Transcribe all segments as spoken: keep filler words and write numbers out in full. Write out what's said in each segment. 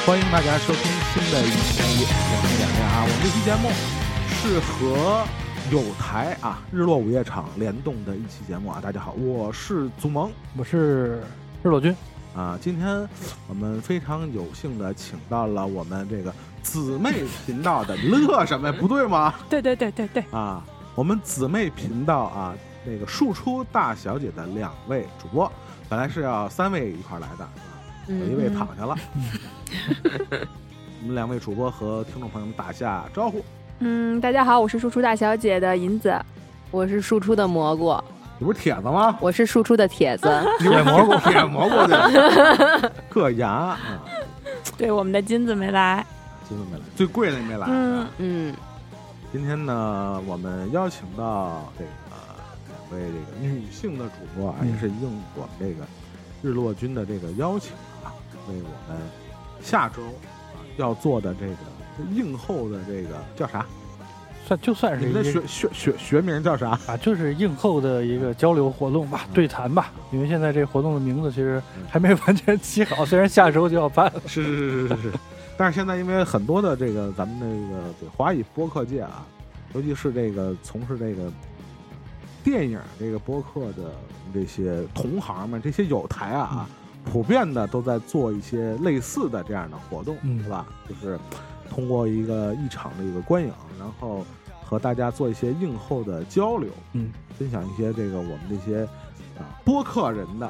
欢迎大家收听新的一期两天两天啊！我们这期节目是和有台啊日落午夜场联动的一期节目啊！大家好，我是祖萌， 我是日落君啊！今天我们非常有幸的请到了我们这个姊妹频道的乐什么呀？不对吗？ 对对对对对啊！我们姊妹频道啊，那个庶出大小姐的两位主播，本来是要三位一块来的。有一位躺下了，我们两位主播和听众朋友们打下招呼。 嗯，大家好，我是输出大小姐的银子， 我是输出的蘑菇， 你不是铁子吗？ 我是输出的铁子， 铁蘑菇，铁蘑菇的硌牙、嗯。 对，我们的金子没来， 金子没来，最贵的没来。 嗯嗯。 今天呢，我们邀请到这个两位这个女性的主播啊，嗯、也是应我们这个日落君的这个邀请。为我们下周啊要做的这个映后的这个叫啥？ 算就算是你的学学学学名叫啥啊？就是映后的一个交流活动吧，嗯、对谈吧。因为现在这活动的名字其实还没完全起好，虽然下周就要办了。 是是是是是是。但是现在因为很多的这个咱们这个对华语播客界啊，尤其是这个从事这个电影这个播客的这些同行们，这些有台啊。嗯普遍的都在做一些类似的这样的活动， 嗯， 是吧？就是通过一个一场的一个观影，然后和大家做一些映后的交流， 嗯， 分享一些这个我们这些啊播客人的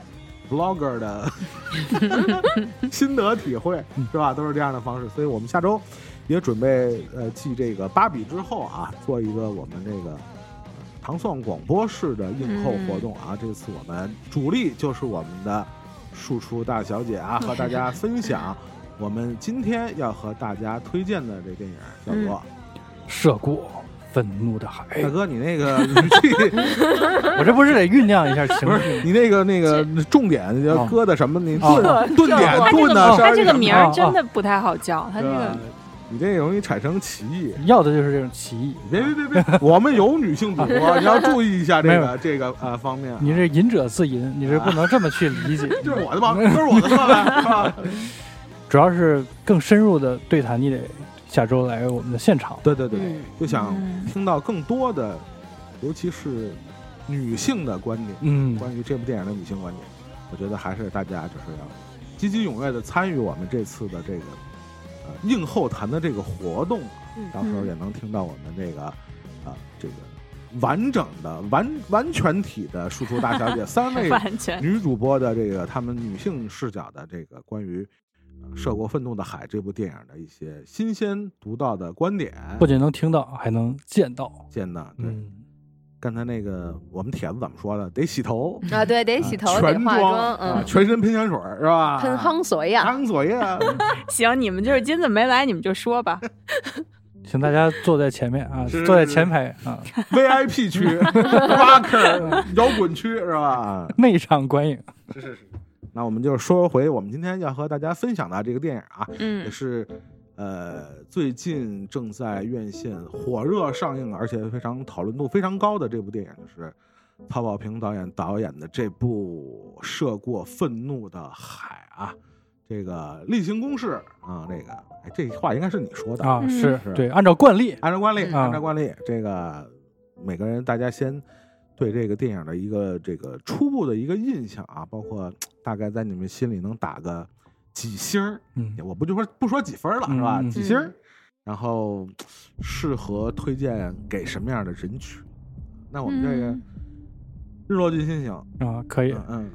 blogger 的心得体会，是吧？都是这样的方式。所以我们下周也准备呃继这个芭比之后啊，做一个我们这个糖蒜广播式的映后活动啊。嗯、这次我们主力就是我们的庶出大小姐啊，和大家分享我们今天要和大家推荐的这电影叫做《 涉过愤怒的海》。 大哥，你那个语气， 我这不是得酝酿一下情绪？ 你那个那个重点要搁的什么？你顿顿点顿的， 他这个名儿真的不太好叫，他这个。 你这容易产生歧义， 要的就是这种歧义。 别别别别，我们有女性主播，你要注意一下这个这个呃方面、啊。 你这隐者自淫，你这不能这么去理解。 这是我的吗？这是我的吗？是吧？ 主要是更深入的对谈，你得下周来我们的现场。 对对对，嗯、就想听到更多的，尤其是女性的观点， 嗯， 关于这部电影的女性观点，我觉得还是大家就是要积极踊跃的参与我们这次的这个。呃，映后谈的这个活动，到时候也能听到我们这个，啊、呃，这个完整的、完完全体的输出大小姐三位女主播的这个她们女性视角的这个关于《呃、涉过愤怒的海》这部电影的一些新鲜独到的观点， 不仅能听到，还能见到， 见到。对， 嗯、 刚才那个我们帖子怎么说的？得洗头啊，对，得洗头， 啊、 得化妆， 嗯、啊，全身喷香水是吧？ 喷香水呀， 香水呀。 行，你们就是金子没来，你们就说吧。 请大家坐在前面啊，坐在前排啊 ，V I P 区、Rocker 摇滚区是吧？ 内场观影。 是是是。那我们就说回我们今天要和大家分享的这个电影啊， 嗯， 也是呃最近正在院线火热上映，而且非常讨论度非常高的这部电影，就是曹保平导演导演的这部《涉过愤怒的海》啊。这个例行公事啊，这个哎，这话应该是你说的啊，是是对，按照惯例， 按照惯例， 嗯、 按照惯例，这个每个人大家先对这个电影的一个这个初步的一个印象啊，包括大概在你们心里能打个几星儿， 嗯， 我不就说不说几分了、 嗯、 是吧？ 嗯、 几星儿，然后适合推荐给什么样的人群？那我们这个日落尽心行啊，可以， 嗯。嗯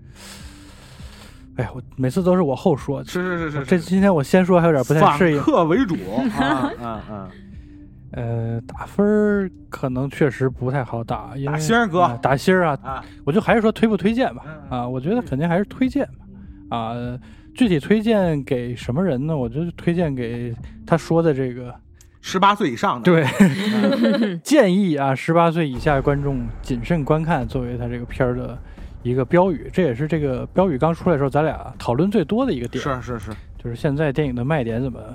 哎呀，我每次都是我后说， 是是是是， 这今天我先说还有点不太适应。 反客为主啊啊啊！ 呃，打分可能确实不太好打，因为打星儿哥、 呃、打星儿啊， 啊我就还是说推不推荐吧。 嗯、 啊，我觉得肯定还是推荐吧。啊，具体推荐给什么人呢？我就推荐给他说的这个十八岁以上的。 对，嗯、建议啊，十八岁以下观众谨慎观看，作为他这个片儿的一个标语。这也是这个标语刚出来的时候咱俩讨论最多的一个点。 是是是， 就是现在电影的卖点怎么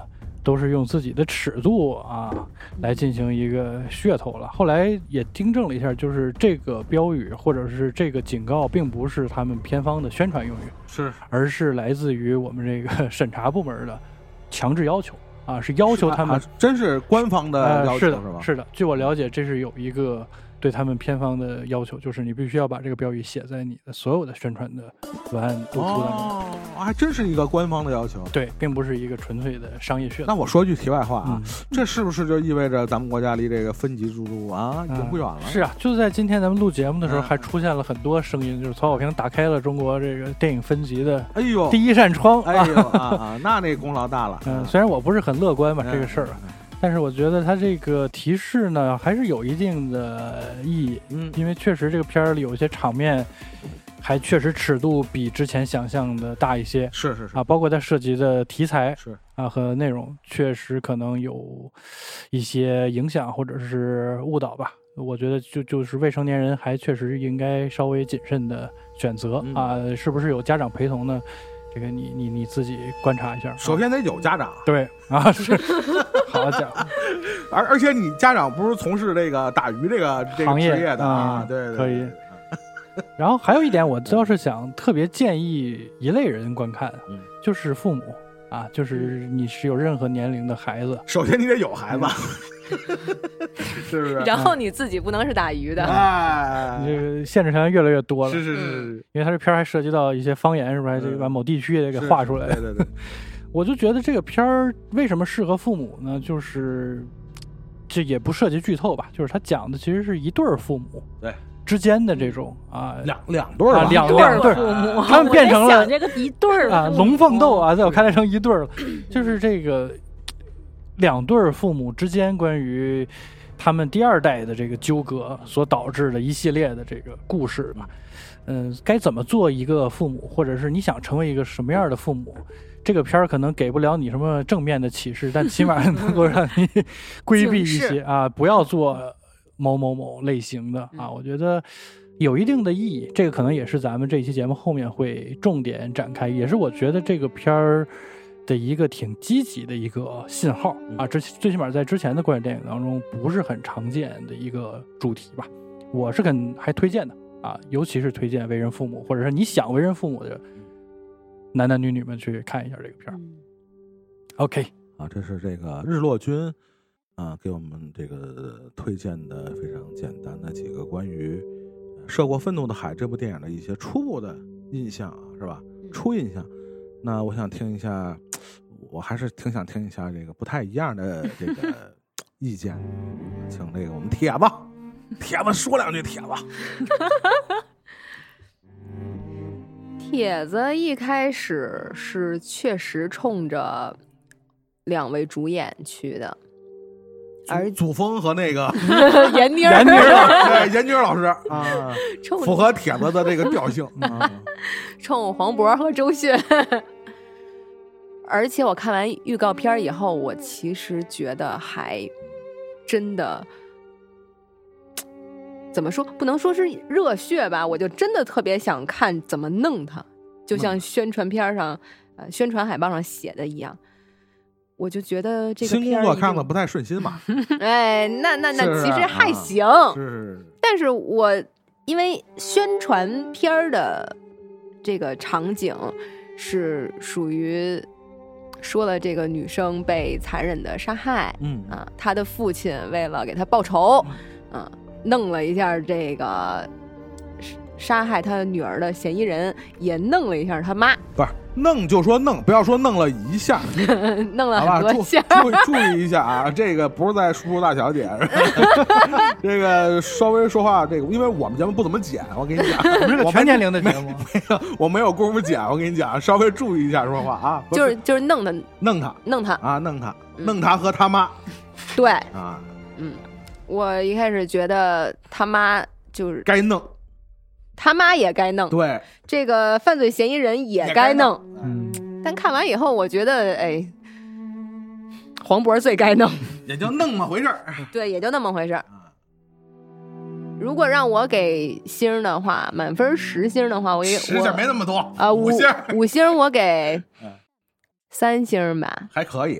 都是用自己的尺度啊来进行一个噱头了。后来也订正了一下，就是这个标语或者是这个警告，并不是他们片方的宣传用语， 是， 而是来自于我们这个审查部门的强制要求啊，是要求他们， 啊、真是官方的要求、 呃、是的， 是吧？ 是的。据我了解，这是有一个对他们片方的要求，就是你必须要把这个标语写在你的所有的宣传的文案露出当中。 哦，还真是一个官方的要求。 对，并不是一个纯粹的商业噱头。 那我说句题外话啊， 嗯、 这是不是就意味着咱们国家离这个分级制度啊已经不远了、 嗯？是啊，就在今天咱们录节目的时候，还出现了很多声音，就是曹保平打开了中国这个电影分级的哎呦第一扇窗。 哎呦啊啊，那那功劳大了。 嗯，虽然我不是很乐观吧、嗯、这个事儿。 嗯但是我觉得它这个提示呢，还是有一定的意义， 嗯， 因为确实这个片儿里有一些场面，还确实尺度比之前想象的大一些， 是是是啊，包括它涉及的题材是啊和内容，确实可能有一些影响或者是误导吧。我觉得就就是未成年人还确实应该稍微谨慎的选择、嗯、啊，是不是有家长陪同呢？这个你你你自己观察一下。 首先得有家长， 对啊，是好讲。 而而且你家长不是从事这个打鱼这个这个职业的啊， 嗯、 对对， 可以。然后还有一点，我倒是想特别建议一类人观看， 嗯、 就是父母啊，就是你是有任何年龄的孩子， 首先你得有孩子。是不是？ 然后你自己不能是打鱼的， 哎， 这个限制条件越来越多了。 是是是是， 因为它这片儿还涉及到一些方言，是不是？这个把某地区也给画出来。 对对对， 我就觉得这个片儿为什么适合父母呢？就是这也不涉及剧透吧，就是他讲的其实是一对儿父母对之间的这种啊， 两两对儿啊，两两对儿父母， 他们变成了这个一对儿啊，龙凤斗啊，在我看来成一对儿了，就是这个两对儿父母之间关于他们第二代的这个纠葛所导致的一系列的这个故事吧。嗯，该怎么做一个父母，或者是你想成为一个什么样的父母？这个片儿可能给不了你什么正面的启示，但起码能够让你规避一些啊，不要做某某某类型的啊。我觉得有一定的意义，这个可能也是咱们这期节目后面会重点展开，也是我觉得这个片儿的一个挺积极的一个信号啊。这最起码在之前的国产电影当中不是很常见的一个主题吧，我是很还推荐的啊，尤其是推荐为人父母，或者是你想为人父母的男男女女们去看一下这个片儿。OK 啊，这是这个日落君啊给我们这个推荐的非常简单的几个关于《涉过愤怒的海》这部电影的一些初步的印象啊，是吧？初印象。那我想听一下，我还是挺想听一下这个不太一样的这个意见，请这个我们铁子，铁子说两句，铁子。 帖子一开始是确实冲着两位主演去的，而祖峰和那个闫妮闫妮对闫妮老师啊，符合帖子的这个调性，啊、 冲黄渤和周迅。而且我看完预告片以后，我其实觉得还真的。怎么说？不能说是热血吧，我就真的特别想看怎么弄他，就像宣传片上、呃，宣传海报上写的一样。我就觉得这个新工作看的不太顺心嘛。 哎，那那那其实还行， 啊、是。 但是我因为宣传片的这个场景是属于说了这个女生被残忍的杀害， 嗯啊，她的父亲为了给她报仇，嗯。啊弄了一下这个杀害他女儿的嫌疑人，也弄了一下他妈。 不是弄就说弄，不要说弄了一下， 弄了很多下。 注注意一下啊，这个不是在叔叔大小姐，这个稍微说话这个，因为我们节目不怎么剪，我跟你讲， 我们是个全年龄的节目， 没有，我没有功夫剪，我跟你讲，稍微注意一下说话啊。 就是就是弄他， 弄他， 弄他啊，弄他，弄他和他妈。 对啊， 嗯。我一开始觉得他妈就是该弄， 他妈也该弄， 对， 这个犯罪嫌疑人也该弄。 嗯， 但看完以后，我觉得，哎，黄渤最该弄， 也就弄么回事儿。 对，也就那么回事儿。如果让我给星的话，满分十星的话，我也十星没那么多啊， 五星五星我给三星吧， 还可以。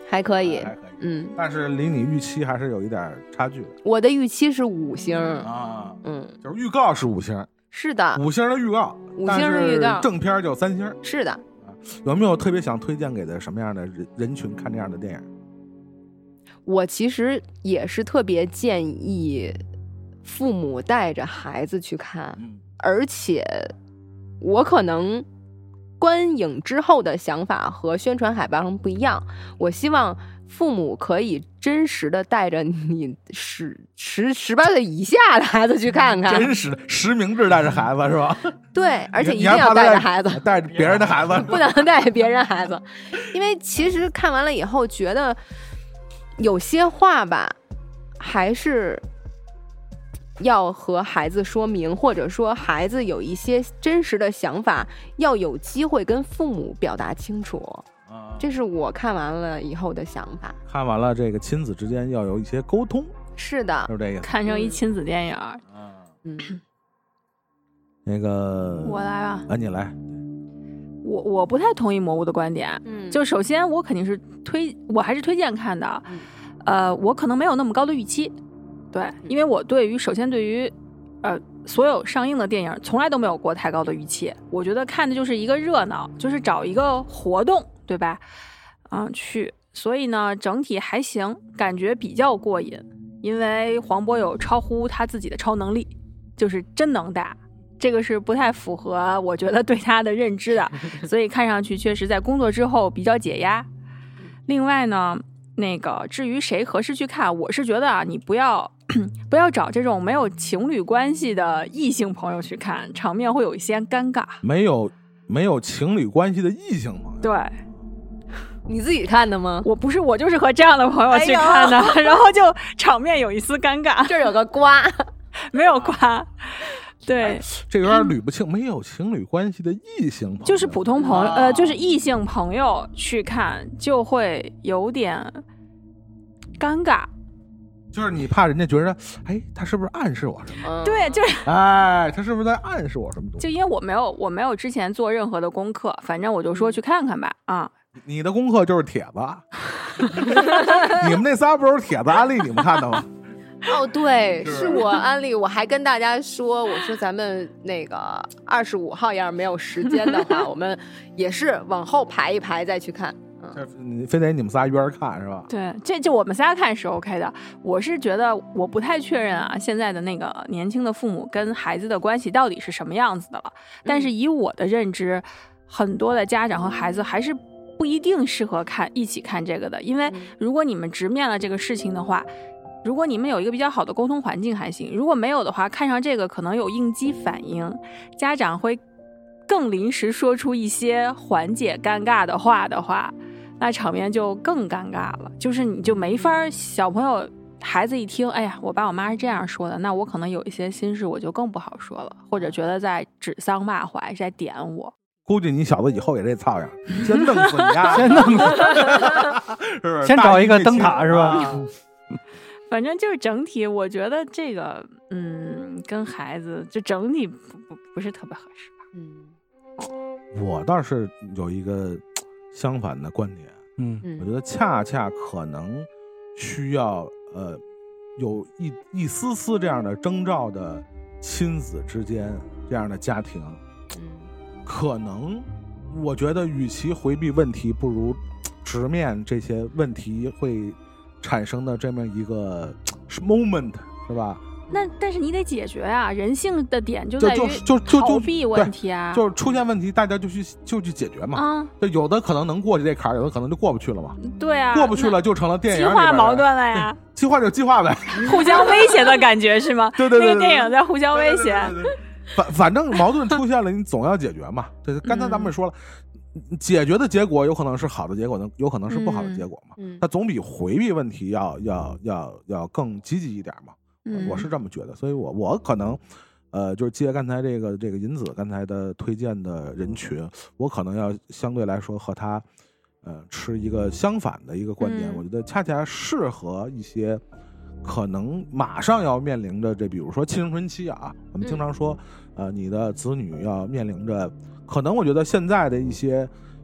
还可以， 还可以， 嗯， 但是离你预期还是有一点差距的。 我的预期是五星啊， 嗯， 就是预告是五星， 是的， 五星的预告， 五星的预告， 正片就三星， 是的。 有没有特别想推荐给的什么样的人人群看这样的电影？ 我其实也是特别建议父母带着孩子去看， 嗯， 而且我可能观影之后的想法和宣传海报上不一样。我希望父母可以真实的带着你十十十八岁以下的孩子去看看， 真实实名制带着孩子是吧？ 对，而且一定要带着孩子， 带着别人的孩子， 不能带着别人孩子，因为其实看完了以后觉得有些话吧，还是要和孩子说明，或者说孩子有一些真实的想法，要有机会跟父母表达清楚。这是我看完了以后的想法。 看完了这个亲子之间要有一些沟通， 是的， 就是这个看成一亲子电影。 嗯， 那个我来吧， 啊，你来。 我我不太同意蘑菇的观点。 嗯， 就首先我肯定是推，我还是推荐看的。 嗯、 呃，我可能没有那么高的预期，对，因为我对于首先对于呃所有上映的电影从来都没有过太高的预期。我觉得看的就是一个热闹，就是找一个活动，对吧？嗯，去，所以呢，整体还行，感觉比较过瘾。因为黄渤有超乎他自己的超能力，就是真能打。这个是不太符合我觉得对他的认知的，所以看上去确实在工作之后比较解压。另外呢，那个至于谁合适去看，我是觉得啊，你不要不要找这种没有情侣关系的异性朋友去看，场面会有一些尴尬。 没有没有情侣关系的异性朋友， 对， 你自己看的吗？ 我不是，我就是和这样的朋友去看的，哎、然后就场面有一丝尴尬。 这儿有个瓜， 没有瓜。对， 这有点捋不清，没有情侣关系的异性朋友， 就是普通朋友，呃，就是异性朋友去看就会有点尴尬， 就是你怕人家觉得，哎，他是不是暗示我什么？ 嗯、 对，就是， 哎，他是不是在暗示我什么东西？ 就因为我没有，我没有之前做任何的功课，反正我就说去看看吧，啊、 嗯，你的功课就是帖子，你们那仨不是帖子安利你们看的吗？ 哦，对，是我安利，我还跟大家说，我说咱们那个二十五号要是没有时间的话，我们也是往后排一排再去看。 嗯，你非得你们仨约着看是吧？ 对，这就我们仨看是 OK 的。我是觉得我不太确认啊，现在的那个年轻的父母跟孩子的关系到底是什么样子的了。但是以我的认知，很多的家长和孩子还是不一定适合看一起看这个的，因为如果你们直面了这个事情的话。如果你们有一个比较好的沟通环境还行，如果没有的话，看上这个可能有应激反应，家长会更临时说出一些缓解尴尬的话的话，那场面就更尴尬了。就是你就没法，小朋友孩子一听，哎呀，我爸我妈是这样说的，那我可能有一些心事我就更不好说了，或者觉得在指桑骂槐，在点我。 估计你小子以后也这操样，先弄死你呀， 先弄死， 是不是？ 先找一个灯塔是吧？ 反正就是整体，我觉得这个，嗯，跟孩子就整体不不不是特别合适吧。 嗯， 我倒是有一个相反的观点， 嗯， 我觉得恰恰可能需要呃有一一丝丝这样的征兆的亲子之间这样的家庭， 嗯， 可能我觉得与其回避问题，不如直面这些问题会产生的这么一个 moment， 是吧？ 那但是你得解决啊，人性的点就在于就就就逃避问题啊， 就是出现问题大家就去就去解决嘛。 啊， 就有的可能能过去这坎儿，有的可能就过不去了嘛。 对啊， 过不去了就成了电影激化矛盾了呀， 激化就激化呗， 互相威胁的感觉是吗？ 对对 对, 对, 对, 对， 那个电影在互相威胁。 对对对对对反反正矛盾出现了，你总要解决嘛。对，刚才咱们也说了。嗯，解决的结果有可能是好的结果，能有可能是不好的结果嘛？ 嗯， 它总比回避问题要要要要更积极一点嘛。 嗯， 我是这么觉得，所以我我可能，呃，就是接刚才这个这个银子刚才的推荐的人群，我可能要相对来说和他，呃，持一个相反的一个观点。 嗯， 我觉得恰恰适合一些可能马上要面临着这，比如说青春期啊，我们经常说，呃，你的子女要面临着。可能我觉得现在的一些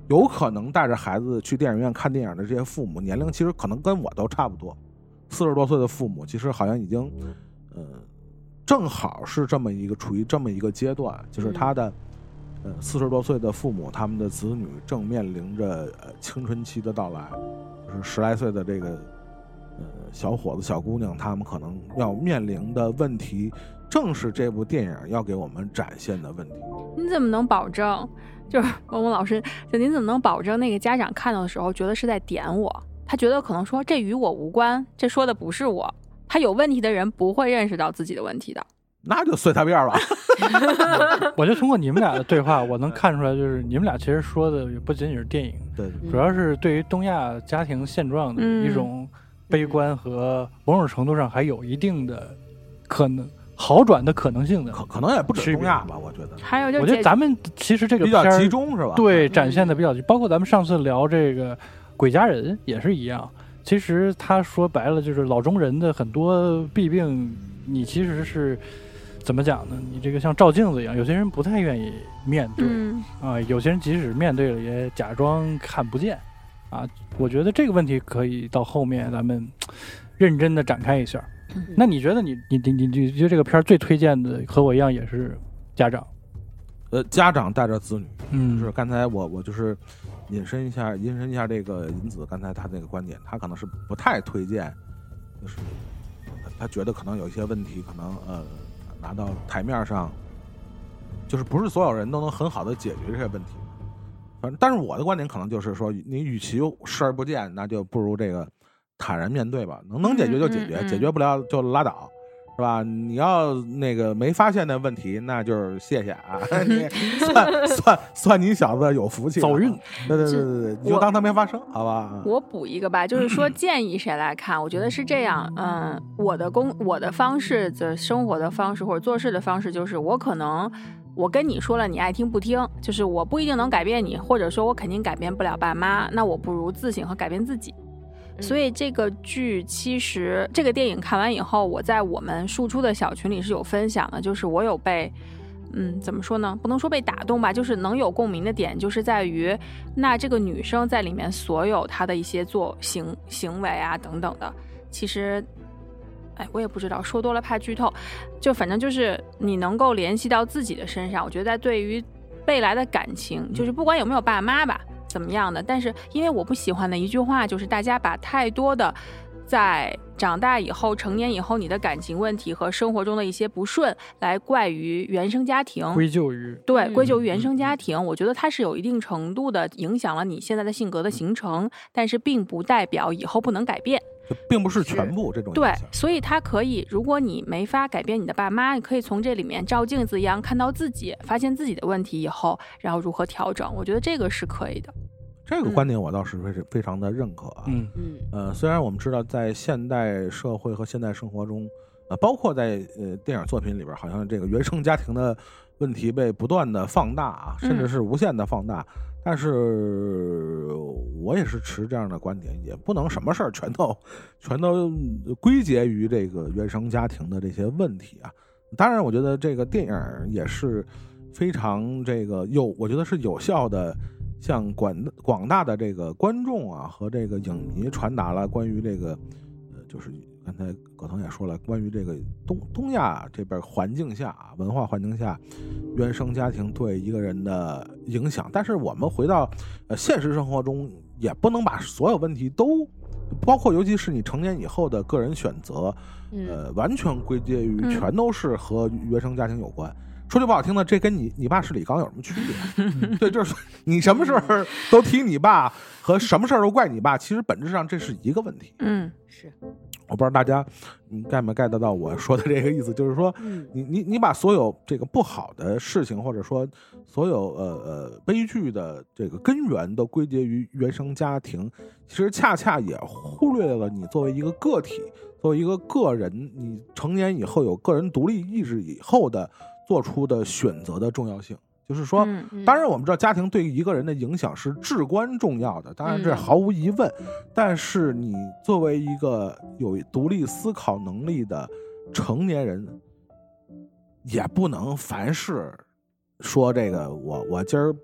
有可能带着孩子去电影院看电影的这些父母，年龄其实可能跟我都差不多，四十多岁的父母，其实好像已经，呃，正好是这么一个处于这么一个阶段，就是他的，呃，四十多岁的父母，他们的子女正面临着呃青春期的到来，就是十来岁的这个，呃，小伙子、小姑娘，他们可能要面临的问题，正是这部电影要给我们展现的问题。 你怎么能保证？就是问问老师，就您怎么能保证那个家长看到的时候觉得是在点我？他觉得可能说这与我无关，这说的不是我。他有问题的人不会认识到自己的问题的， 那就随他便吧。 我觉得通过你们俩的对话，我能看出来，就是你们俩其实说的不仅仅是电影， 对， 主要是对于东亚家庭现状的一种悲观和某种程度上还有一定的可能好转的可能性的， 可可能也不止东亚吧，我觉得。 还有就我觉得咱们其实这个比较集中是吧？ 对，展现的比较集中，包括咱们上次聊这个鬼家人也是一样。其实他说白了就是老中人的很多弊病，你其实是怎么讲呢？你这个像照镜子一样，有些人不太愿意面对、 嗯、 啊，有些人即使面对了也假装看不见啊。我觉得这个问题可以到后面咱们认真的展开一下。那你觉得你你你你你觉得这个片最推荐的和我一样也是家长？ 呃，家长带着子女， 嗯， 就是刚才我我就是引申一下引申一下这个银子刚才他那个观点，他可能是不太推荐，就是他觉得可能有一些问题可能呃拿到台面上，就是不是所有人都能很好的解决这些问题。反正但是我的观点可能就是说，你与其视而不见，那就不如这个坦然面对吧，能能解决就解决， 嗯嗯嗯、 解决不了就拉倒，是吧？你要那个没发现的问题，那就是谢谢啊，你算算算你小子有福气， 走运。 对对对对对，你就当他没发生，好吧？ 我补一个吧，就是说建议谁来看，我觉得是这样，嗯，我的工我的方式的生活的方式或者做事的方式，就是我可能。我跟你说了，你爱听不听，就是我不一定能改变你，或者说我肯定改变不了爸妈，那我不如自省和改变自己。所以这个剧其实这个电影看完以后，我在我们输出的小群里是有分享的，就是我有被嗯怎么说呢，不能说被打动吧，就是能有共鸣的点就是在于那这个女生在里面所有她的一些做行行为啊等等的，其实哎，我也不知道，说多了怕剧透，就反正就是你能够联系到自己的身上，我觉得在对于未来的感情，就是不管有没有爸妈吧怎么样的，但是因为我不喜欢的一句话就是大家把太多的在长大以后成年以后你的感情问题和生活中的一些不顺来怪于原生家庭， 归咎于对归咎于原生家庭、嗯、我觉得它是有一定程度的影响了你现在的性格的形成，但是并不代表以后不能改变， 并不是全部这种对，所以它可以，如果你没法改变你的爸妈，你可以从这里面照镜子一样看到自己，发现自己的问题以后，然后如何调整，我觉得这个是可以的。 这个观点我倒是非非常的认可啊。 嗯嗯呃，虽然我们知道在现代社会和现代生活中，呃，包括在呃电影作品里边，好像这个原生家庭的问题被不断的放大啊，甚至是无限的放大。嗯，但是我也是持这样的观点，也不能什么事儿全都全都归结于这个原生家庭的这些问题啊。当然，我觉得这个电影也是非常这个有，我觉得是有效的，向广广大的这个观众啊和这个影迷传达了关于这个，呃，就是刚才葛腾也说了，关于这个东东亚这边环境下啊，文化环境下，原生家庭对一个人的影响。但是我们回到呃现实生活中，也不能把所有问题都，包括尤其是你成年以后的个人选择，呃，完全归结于全都是和原生家庭有关。说句不好听的，这跟你你爸是李刚有什么区别？对，就是你什么事儿都提你爸，和什么事儿都怪你爸，其实本质上这是一个问题。 嗯， 是。 我不知道大家你 get 没 get 到我说的这个意思，就是说，你你你把所有这个不好的事情，或者说所有呃呃悲剧的这个根源都归结于原生家庭，其实恰恰也忽略了你作为一个个体，作为一个个人，你成年以后有个人独立意志以后的做出的选择的重要性。就是说，当然我们知道家庭对于一个人的影响是至关重要的，当然这毫无疑问，但是你作为一个有独立思考能力的成年人，也不能凡事说这个我我今儿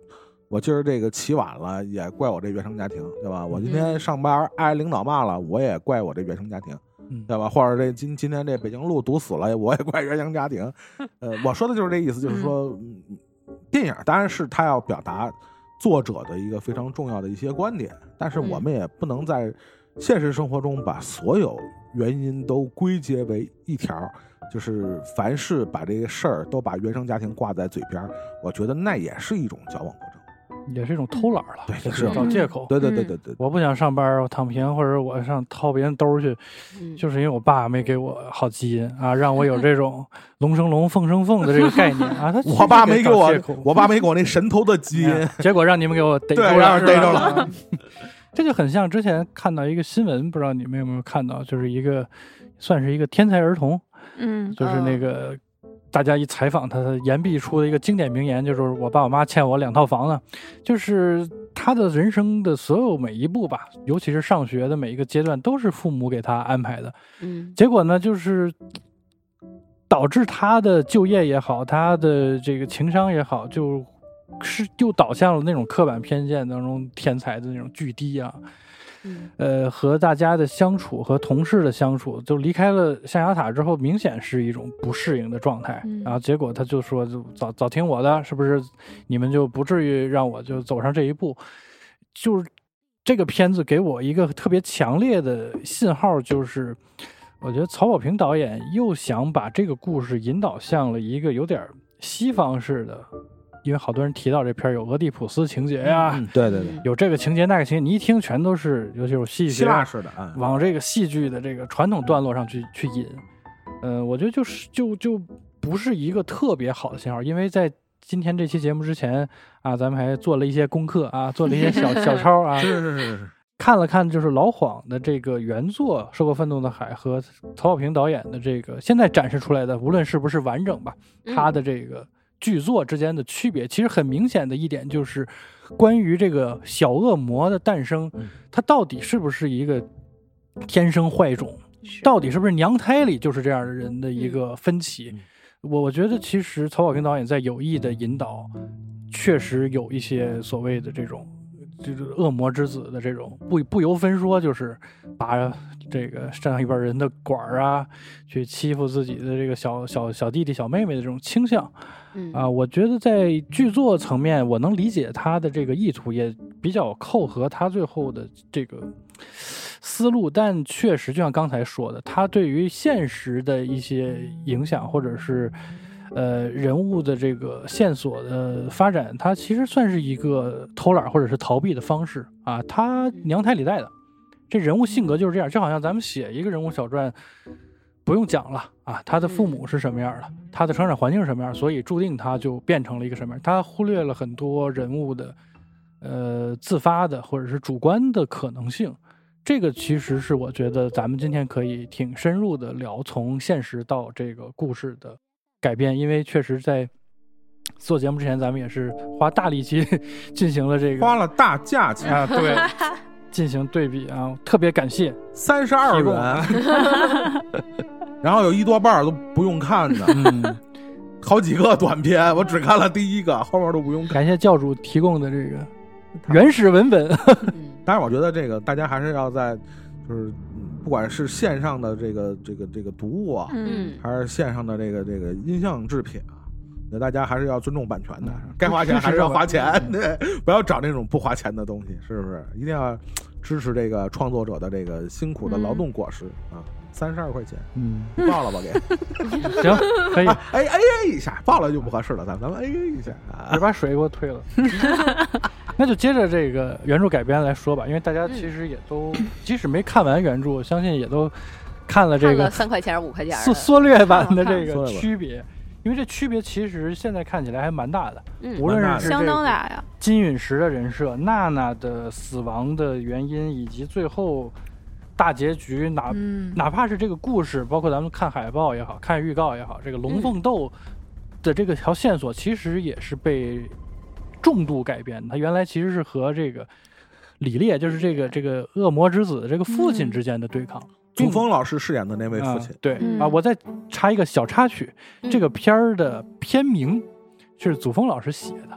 我今儿这个起晚了，也怪我这原生家庭，对吧？我今天上班挨领导骂了，我也怪我这原生家庭，对吧？或者这今今天这北京路堵死了，我也怪原生家庭。呃，我说的就是这意思，就是说，嗯、电影当然是他要表达作者的一个非常重要的一些观点，但是我们也不能在现实生活中把所有原因都归结为一条，就是凡事把这个事儿都把原生家庭挂在嘴边，我觉得那也是一种矫枉过正。 也是一种偷懒了， 对， 就是找借口。 对对对对对， 我不想上班，我躺平，或者我上掏别人兜去， 嗯、 就是因为我爸没给我好基因啊，让我有这种龙生龙，凤生凤的这个概念啊。他我爸没给我，我爸没给我那神偷的基因， 结果让你们给我逮住了， 让人逮着了。 这就很像之前看到一个新闻，不知道你们有没有看到，就是一个算是一个天才儿童， 嗯， 就是那个。大家一采访他，他言必出的一个经典名言就是我爸我妈欠我两套房子，就是他的人生的所有每一步吧，尤其是上学的每一个阶段都是父母给他安排的。 嗯， 结果呢就是导致他的就业也好，他的这个情商也好，就是就导向了那种刻板偏见当中天才的那种巨低啊。呃，和大家的相处和同事的相处，就离开了象牙塔之后，明显是一种不适应的状态。 嗯、 然后结果他就说，就早早听我的，是不是？你们就不至于让我就走上这一步。就是这个片子给我一个特别强烈的信号，就是我觉得曹保平导演又想把这个故事引导向了一个有点西方式的。因为好多人提到这片有俄狄浦斯情节呀、啊嗯，对对对， 有这个情节那个情节，你一听全都是，尤其是戏剧希腊式的，嗯、 往这个戏剧的这个传统段落上去去引。嗯、呃，我觉得就是就就不是一个特别好的信号，因为在今天这期节目之前啊，咱们还做了一些功课啊，做了一些小小抄啊， 是是是是， 看了看就是老晃的这个原作《收购愤怒的海》和曹保平导演的这个现在展示出来的，无论是不是完整吧，他的这个。剧作之间的区别，其实很明显的一点就是关于这个小恶魔的诞生，它到底是不是一个天生坏种，到底是不是娘胎里就是这样的人的一个分歧。我我觉得其实曹保平导演在有意的引导，确实有一些所谓的这种就是恶魔之子的这种不不由分说，就是把这个上一辈人的管儿啊，去欺负自己的这个小小小弟弟小妹妹的这种倾向。 嗯啊，我觉得在剧作层面，我能理解他的这个意图，也比较扣合他最后的这个思路，但确实就像刚才说的，他对于现实的一些影响，或者是呃人物的这个线索的发展，他其实算是一个偷懒或者是逃避的方式啊。他娘胎里带的，这人物性格就是这样，就好像咱们写一个人物小传。不用讲了啊，他的父母是什么样的，他的成长环境是什么样，所以注定他就变成了一个什么样。他忽略了很多人物的呃自发的或者是主观的可能性。这个其实是我觉得咱们今天可以挺深入的聊从现实到这个故事的改变，因为确实在做节目之前，咱们也是花大力气进行了这个花了大价钱啊，对。进行对比啊，特别感谢三十二元，然后有一多半都不用看的， 嗯， 好几个短片，我只看了第一个，后面都不用看。 感谢教主提供的这个原始文本。 当然，我觉得这个大家还是要在，就是不管是线上的这个这个这个读物啊， 嗯， 还是线上的这个这个音像制品啊。那大家还是要尊重版权的，该花钱还是要花钱，对，不要找那种不花钱的东西，是不是？一定要支持这个创作者的这个辛苦的劳动果实、嗯、啊！三十二块钱， 嗯， 报了吧给？ 行，可以。 哎哎 A A 一下，报了就不合适了，咱们咱们 A A 一下啊！ 你把水给我退了。那就接着这个原著改编来说吧，因为大家其实也都，嗯、即使没看完原著，相信也都看了这个三块钱五块钱缩缩略版的这个区别。因为这区别其实现在看起来还蛮大的， 嗯、 无论是相当大呀。 金陨石的人设、娜娜的死亡的原因，以及最后大结局，哪、嗯、哪怕是这个故事，包括咱们看海报也好看预告也好，这个龙凤斗的这个条线索，其实也是被重度改编的。它原来其实是和这个李烈，就是这个这个恶魔之子的这个父亲之间的对抗。嗯祖峰老师饰演的那位父亲， 啊对、 嗯、 啊，我再插一个小插曲， 嗯、 这个片儿的片名是祖峰老师写的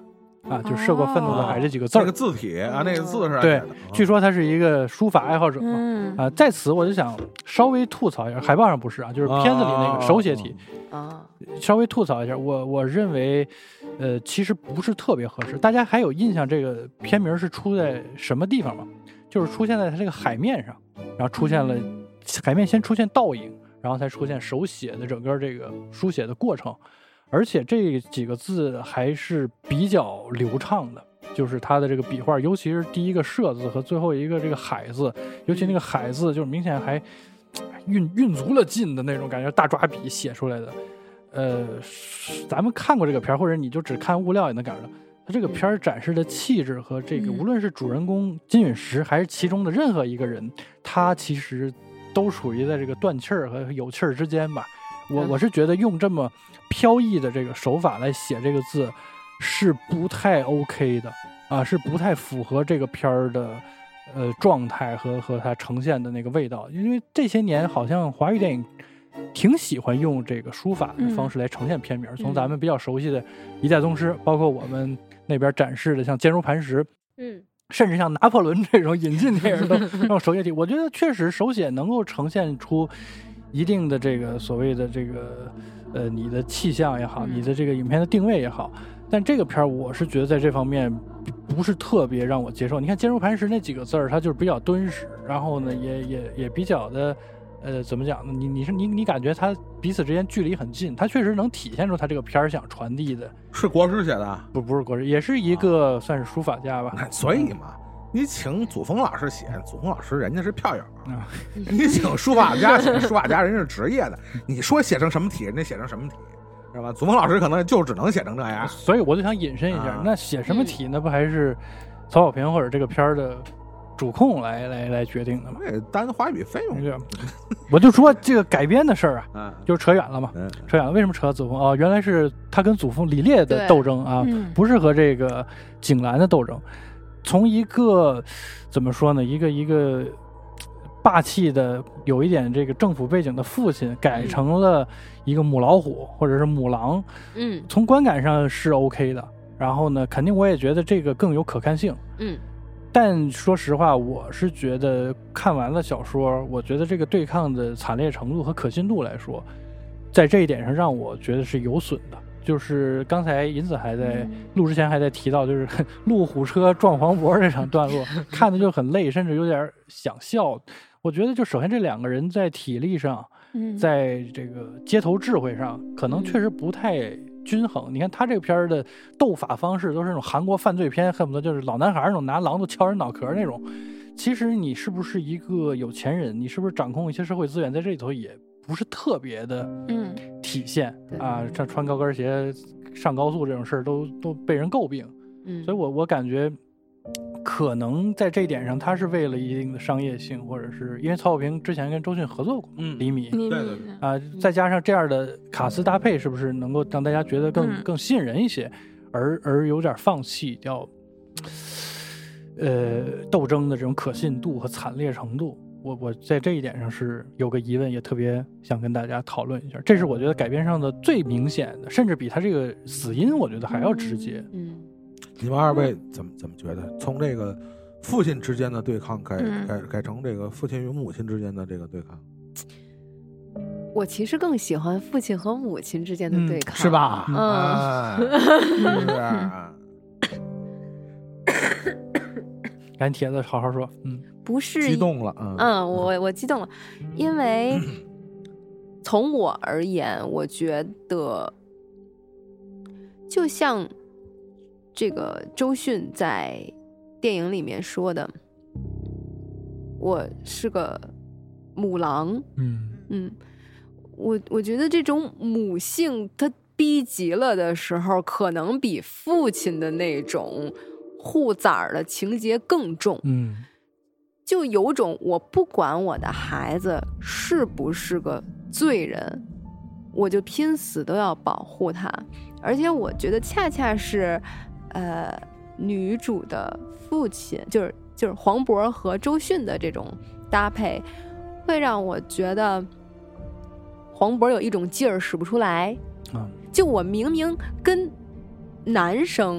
啊，就涉过愤怒的海这几个字儿。 那个字体啊，那个字是对，据说他是一个书法爱好者嘛。 嗯啊，在此我就想稍微吐槽一下，海报上不是啊，就是片子里那个手写体。 啊， 稍微吐槽一下，我我认为，呃，其实不是特别合适。大家还有印象这个片名是出在什么地方吗？就是出现在它这个海面上，然后出现了海面先出现倒影，然后才出现手写的整个这个书写的过程，而且这几个字还是比较流畅的。就是它的这个笔画，尤其是第一个社字和最后一个这个海字，尤其那个海字，就是明显还运运足了劲的那种感觉，大抓笔写出来的。呃，咱们看过这个片儿，或者你就只看物料也能感觉到，它这个片儿展示的气质和这个， 嗯、 无论是主人公金陨石，还是其中的任何一个人，他其实都属于在这个断气儿和有气儿之间吧。我我是觉得用这么飘逸的这个手法来写这个字，是不太 OK 的啊，是不太符合这个片儿的呃状态和和它呈现的那个味道。因为这些年好像华语电影挺喜欢用这个书法的方式来呈现片名，嗯、从咱们比较熟悉的《一代宗师》，包括我们那边展示的像《坚如磐石》， 嗯， 甚至像拿破仑这种引进电影的用手写体，我觉得确实手写能够呈现出一定的这个所谓的这个呃你的气象也好，你的这个影片的定位也好。但这个片儿我是觉得在这方面不是特别让我接受。你看坚如磐石那几个字儿，它就是比较敦实，然后呢也也也比较的呃怎么讲呢？你你是你你感觉它彼此之间距离很近，它确实能体现出它这个片儿想传递的。 是国师写的？ 不不是国师，也是一个算是书法家吧。 啊、所以嘛。你请祖峰老师写，祖峰老师人家是票友，嗯、你请书法家写，书法家人家是职业的。你说写成什么体，人家写成什么体，知道吧？祖峰老师可能就只能写成这样。 所以我就想引申一下，啊、那写什么体，那不还是曹保平或者这个片儿的主控来来来决定的吗？ 对，单华语费用。 我就说这个改编的事儿啊， 啊就扯远了嘛， 嗯、 扯远了。为什么扯到祖峰啊？原来是他跟祖峰李烈的斗争啊， 嗯、 不是和这个景兰的斗争。从一个怎么说呢，一个一个霸气的有一点这个政府背景的父亲，改成了一个母老虎或者是母狼， 嗯， 从观感上是 OK 的。然后呢，肯定我也觉得这个更有可看性， 嗯。 但说实话，我是觉得看完了小说，我觉得这个对抗的惨烈程度和可信度来说，在这一点上让我觉得是有损的。就是刚才银子还在录之前还在提到，就是路虎车撞黄渤这场段落，看的就很累，甚至有点想笑。我觉得就首先这两个人在体力上，在这个街头智慧上，可能确实不太均衡。你看他这个片儿的斗法方式都是那种韩国犯罪片，恨不得就是老男孩那种拿榔头敲人脑壳那种。其实你是不是一个有钱人，你是不是掌控一些社会资源，在这里头也不是特别的嗯体现、嗯、啊，像穿高跟鞋上高速这种事儿都都被人诟病， 嗯， 所以我我感觉可能在这一点上，他是为了一定的商业性，或者是因为曹保平之前跟周迅合作过， 嗯， 厘米， 对对对啊，再加上这样的卡司搭配，是不是能够让大家觉得更、 嗯、 更吸引人一些，而而有点放弃掉，呃，斗争的这种可信度和惨烈程度。我我在这一点上是有个疑问，也特别想跟大家讨论一下。这是我觉得改编上的最明显的，甚至比他这个死因，我觉得还要直接。 嗯， 你们二位怎么怎么觉得？从这个父亲之间的对抗改、 嗯、 改改成这个父亲与母亲之间的这个对抗， 我其实更喜欢父亲和母亲之间的对抗， 嗯、是吧？ 嗯， 啊、是。 赶紧帖子好好说，嗯。 不是激动了，嗯， 嗯，我我激动了，因为从我而言，我觉得就像这个周迅在电影里面说的，我是个母狼， 嗯嗯，我我觉得这种母性它逼急了的时候，可能比父亲的那种护崽儿的情节更重， 嗯。 就有种我不管我的孩子是不是个罪人，我就拼死都要保护他。而且我觉得恰恰是呃女主的父亲，就是就是黄渤和周迅的这种搭配，会让我觉得黄渤有一种劲儿使不出来。 嗯， 就我明明跟男生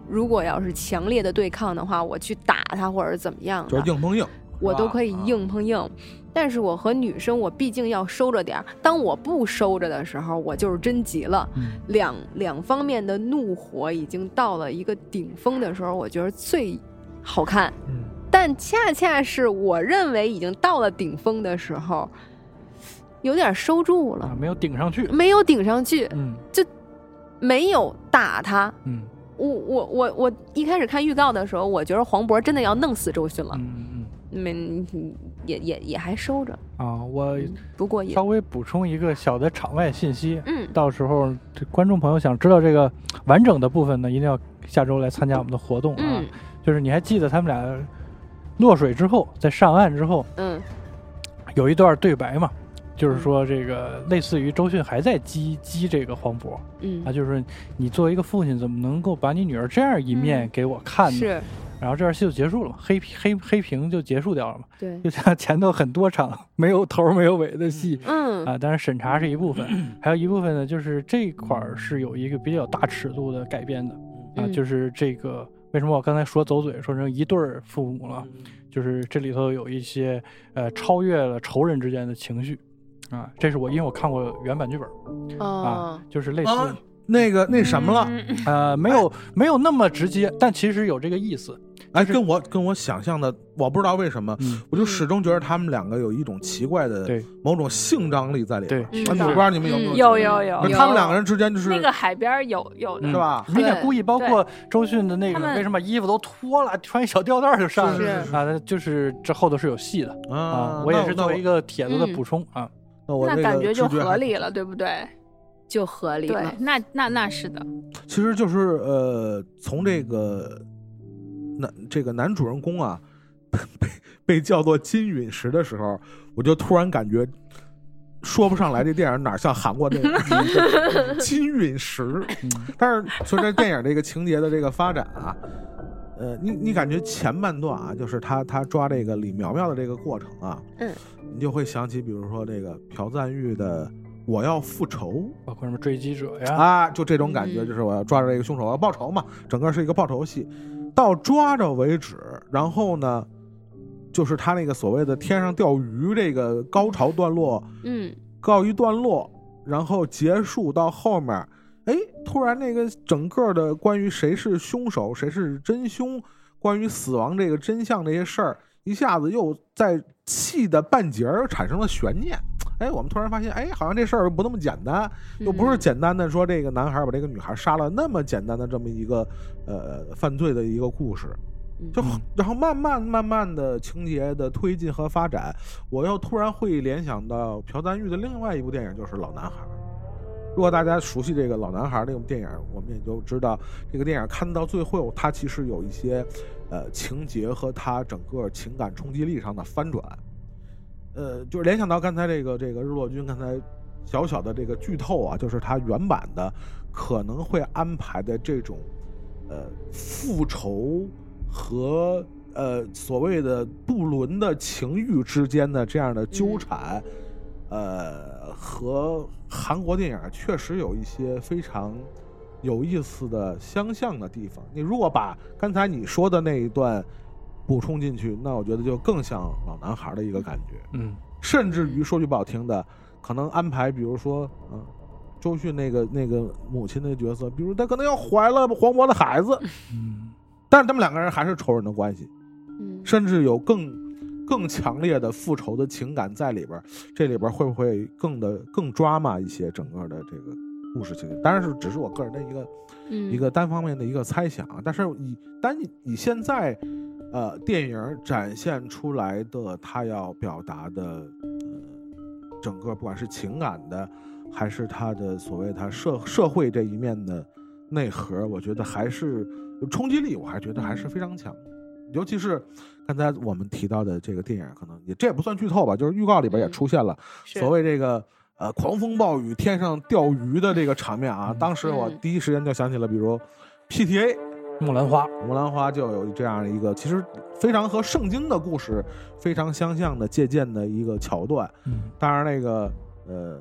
如果要是强烈的对抗的话，我去打他或者怎么样的， 就是硬碰硬， 我都可以硬碰硬。但是我和女生，我毕竟要收着点儿。当我不收着的时候，我就是真急了。 嗯、 两两方面的怒火已经到了一个顶峰的时候，我觉得最好看。 嗯、 但恰恰是我认为已经到了顶峰的时候，有点收住了， 啊、没有顶上去， 没有顶上去， 嗯， 就没有打他。 嗯， 我我我我一开始看预告的时候，我觉得黄渤真的要弄死周迅了。 嗯嗯。 没也也也还收着啊，我不过也稍微补充一个小的场外信息， 嗯， 到时候这观众朋友想知道这个完整的部分呢，一定要下周来参加我们的活动啊。 嗯、 就是你还记得他们俩落水之后，在上岸之后， 嗯， 有一段对白嘛，就是说这个类似于周迅还在激激这个黄渤， 嗯啊，就是你作为一个父亲，怎么能够把你女儿这样一面给我看呢？ 嗯、是。 然后这段戏就结束了嘛，黑黑黑屏就结束掉了嘛。 对， 就像前头很多场没有头没有尾的戏， 嗯啊，当然审查是一部分，还有一部分呢，就是这块儿是有一个比较大尺度的改编的，啊， 嗯、 就是这个为什么我刚才说走嘴说成一对儿父母了，就是这里头有一些呃超越了仇人之间的情绪，啊，这是我因为我看过原版剧本， 哦、 啊，就是类似。 啊那个那什么了， 呃，没有没有那么直接，但其实有这个意思。 哎，跟我跟我想象的，我不知道为什么， 嗯、 我就始终觉得他们两个有一种奇怪的某种性张力在里边。 对， 我不知道你们有没有？ 有有有。 他们两个人之间就是那个海边有有的是吧？ 明显故意，包括周迅的那个，为什么衣服都脱了，穿一小吊带就上了啊？就是这后头是有戏的啊。我也是作为一个帖子的补充啊。 那我那感觉就合理了，对不对？ 就合理了。 对，那那那是的。 其实就是呃，从这个男这个男主人公啊，被被叫做金陨石的时候，我就突然感觉说不上来这电影哪像韩国电影金陨石。但是说这电影这个情节的这个发展啊，呃，你你感觉前半段啊，就是他他抓这个李苗苗的这个过程啊， 嗯， 你就会想起比如说这个朴赞郁的。我要复仇， 包括什么追击者呀啊，就这种感觉，就是我要抓着这个凶手，我要报仇嘛，整个是一个报仇戏，到抓着为止。然后呢，就是他那个所谓的天上钓鱼这个高潮段落， 嗯， 告一段落，然后结束到后面，哎，突然那个整个的关于谁是凶手，谁是真凶，关于死亡这个真相这些事儿，一下子又在戏的半截儿产生了悬念。哎，我们突然发现，哎，好像这事儿不那么简单，又不是简单的说这个男孩把这个女孩杀了那么简单的这么一个呃犯罪的一个故事，就然后慢慢慢慢的情节的推进和发展，我又突然会联想到朴赞郁的另外一部电影，就是《老男孩》。如果大家熟悉这个《老男孩》这种电影，我们也就知道这个电影看到最后，它其实有一些呃情节和它整个情感冲击力上的翻转。呃，就是联想到刚才这个这个日落君刚才小小的这个剧透啊，就是他原版的可能会安排的这种呃复仇和呃所谓的不伦的情欲之间的这样的纠缠，嗯、呃，和韩国电影确实有一些非常有意思的相像的地方。你如果把刚才你说的那一段补充进去，那我觉得就更像老男孩的一个感觉。 嗯， 甚至于说句不好听的，可能安排比如说嗯、呃、周迅那个那个母亲的角色，比如他可能要怀了黄渤的孩子， 嗯， 但是他们两个人还是仇人的关系， 嗯， 甚至有更更强烈的复仇的情感在里边，这里边会不会更的更抓马一些整个的这个故事情节？当然是只是我个人的一个、嗯、一个单方面的一个猜想，但是以单以现在呃电影展现出来的他要表达的呃整个不管是情感的还是他的所谓他社社会这一面的内核，我觉得还是冲击力，我还觉得还是非常强。尤其是刚才我们提到的这个电影，可能也这也不算剧透吧，就是预告里边也出现了所谓这个呃狂风暴雨天上钓鱼的这个场面啊。当时我第一时间就想起了，比如 P T A 木兰花， 木兰花就有这样一个其实非常和圣经的故事非常相像的借鉴的一个桥段。 嗯， 当然那个呃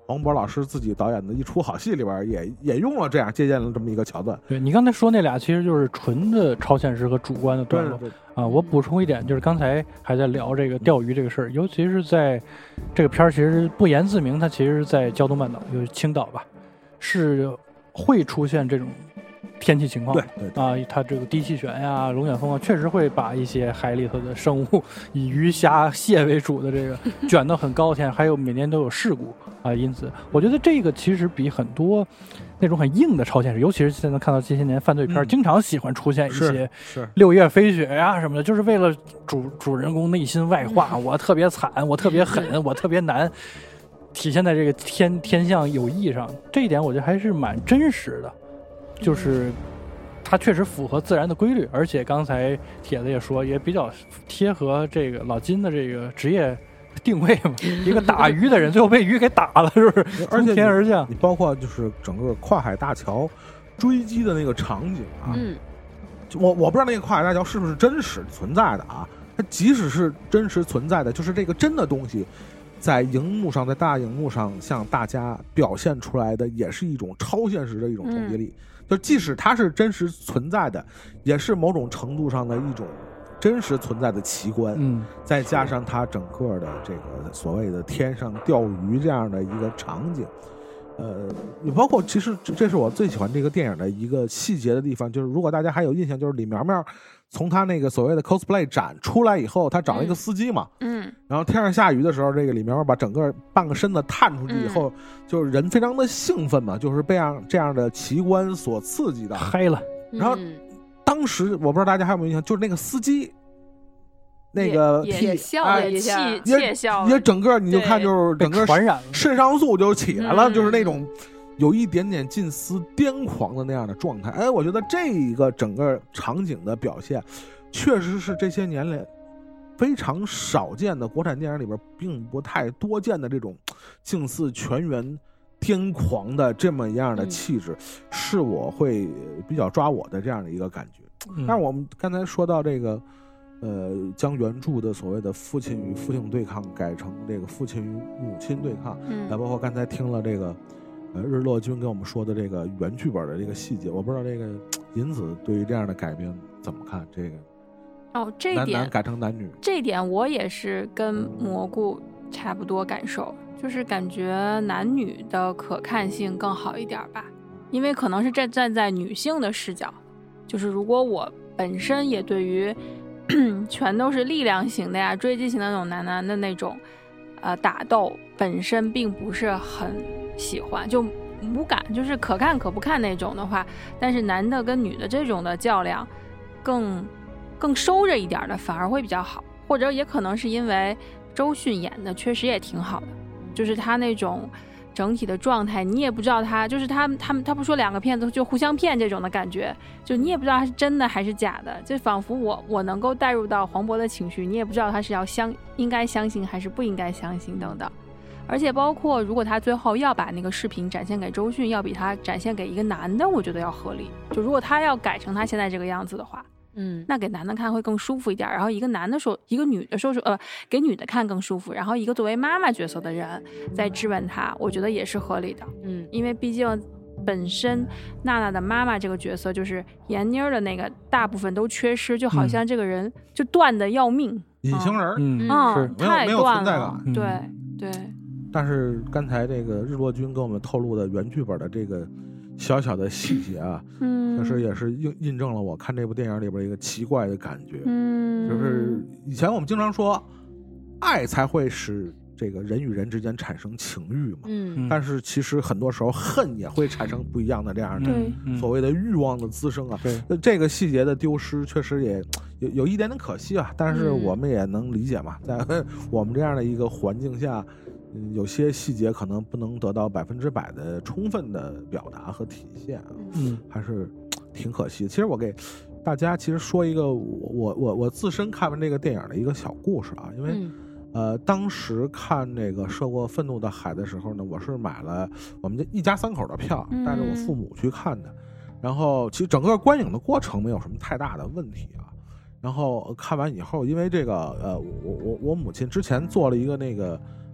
黄渤老师自己导演的一出好戏里边也也用了这样借鉴了这么一个桥段。 对你刚才说那俩其实就是纯的超现实和主观的段落啊。我补充一点，就是刚才还在聊这个钓鱼这个事儿，尤其是在这个片儿，其实不言自明，它其实在胶东半岛，就是青岛吧，是会出现这种天气情况。 对对对啊，它这个低气旋呀、龙卷风啊，确实会把一些海里头的生物以鱼虾蟹为主的这个卷到很高天，还有每年都有事故啊。因此，我觉得这个其实比很多那种很硬的超现实，尤其是现在看到这些年犯罪片，嗯、经常喜欢出现一些六叶飞雪呀、啊、什么的，就是为了主主人公内心外化，我特别惨，我特别狠，我特别难，体现在这个天天象有意上。这一点我觉得还是蛮真实的。就是它确实符合自然的规律，而且刚才铁子也说，也比较贴合这个老金的这个职业定位嘛。一个打鱼的人，最后被鱼给打了，是不是？从天而降。 你包括就是整个跨海大桥追击的那个场景啊， 嗯， 我我不知道那个跨海大桥是不是真实存在的啊？它即使是真实存在的，就是这个真的东西。在荧幕上，在大荧幕上向大家表现出来的，也是一种超现实的一种冲击力。嗯、就即使它是真实存在的，也是某种程度上的一种真实存在的奇观。 嗯， 再加上它整个的这个所谓的天上钓鱼这样的一个场景，呃，你包括其实这是我最喜欢这个电影的一个细节的地方，就是如果大家还有印象，就是李苗苗。从他那个所谓的 cosplay 展出来以后，他找了一个司机嘛， 嗯， 然后天上下雨的时候，这个里面把整个半个身子探出去以后，嗯、就是人非常的兴奋嘛，就是被样这样的奇观所刺激的， 嗨了。 然后当时我不知道大家还有没有印象，就是那个司机，那个也, 也笑了一下， 哎、也笑也整个你就看就是整个传染了， 肾上素就起来了， 嗯、 就是那种。有一点点近似癫狂的那样的状态，哎，我觉得这一个整个场景的表现，确实是这些年来非常少见的国产电影里边并不太多见的这种近似全员癫狂的这么样的气质，嗯、是我会比较抓我的这样的一个感觉。嗯、但是我们刚才说到这个，呃，将原著的所谓的父亲与父亲对抗改成这个父亲与母亲对抗， 嗯， 包括刚才听了这个。呃，日落君跟我们说的这个原剧本的这个细节，我不知道这个银子对于这样的改编怎么看？这个哦，这点男男改成男女， 这点我也是跟蘑菇差不多感受，就是感觉男女的可看性更好一点吧，因为可能是站站在女性的视角，就是如果我本身也对于全都是力量型的呀、追击型的那种男男的那种呃打斗本身并不是很。喜欢就无感，就是可看可不看那种的话，但是男的跟女的这种的较量更更收着一点的反而会比较好，或者也可能是因为周迅演的确实也挺好的，就是他那种整体的状态你也不知道他就是他他们他不说两个骗子就互相骗这种的感觉，就你也不知道他是真的还是假的，就仿佛我我能够带入到黄渤的情绪，你也不知道他是要相应该相信还是不应该相信等等。而且包括如果他最后要把那个视频展现给周迅，要比他展现给一个男的我觉得要合理，就如果他要改成他现在这个样子的话， 嗯， 那给男的看会更舒服一点，然后一个男的说一个女的说说呃给女的看更舒服，然后一个作为妈妈角色的人在质问他，我觉得也是合理的。 嗯， 因为毕竟本身娜娜的妈妈这个角色就是闫妮的那个大部分都缺失，就好像这个人就断的要命， 隐形人， 嗯， 嗯是太断了， 对对。 但是刚才这个日落君跟我们透露的原剧本的这个小小的细节啊， 嗯， 确实也是印印证了我看这部电影里边一个奇怪的感觉， 嗯， 就是以前我们经常说，爱才会使这个人与人之间产生情欲嘛， 嗯， 但是其实很多时候恨也会产生不一样的这样的所谓的欲望的滋生啊， 对， 这个细节的丢失确实也有有一点点可惜啊，但是我们也能理解嘛，在我们这样的一个环境下。嗯，有些细节可能不能得到百分之百的充分的表达和体现啊， 嗯， 还是挺可惜的。其实我给大家其实说一个我我我我自身看完这个电影的一个小故事啊，因为、 嗯、 呃当时看那个《涉过愤怒的海》的时候呢，我是买了我们一家三口的票，带着我父母去看的，然后其实整个观影的过程没有什么太大的问题啊。然后看完以后，因为这个呃，我我我母亲之前做了一个那个。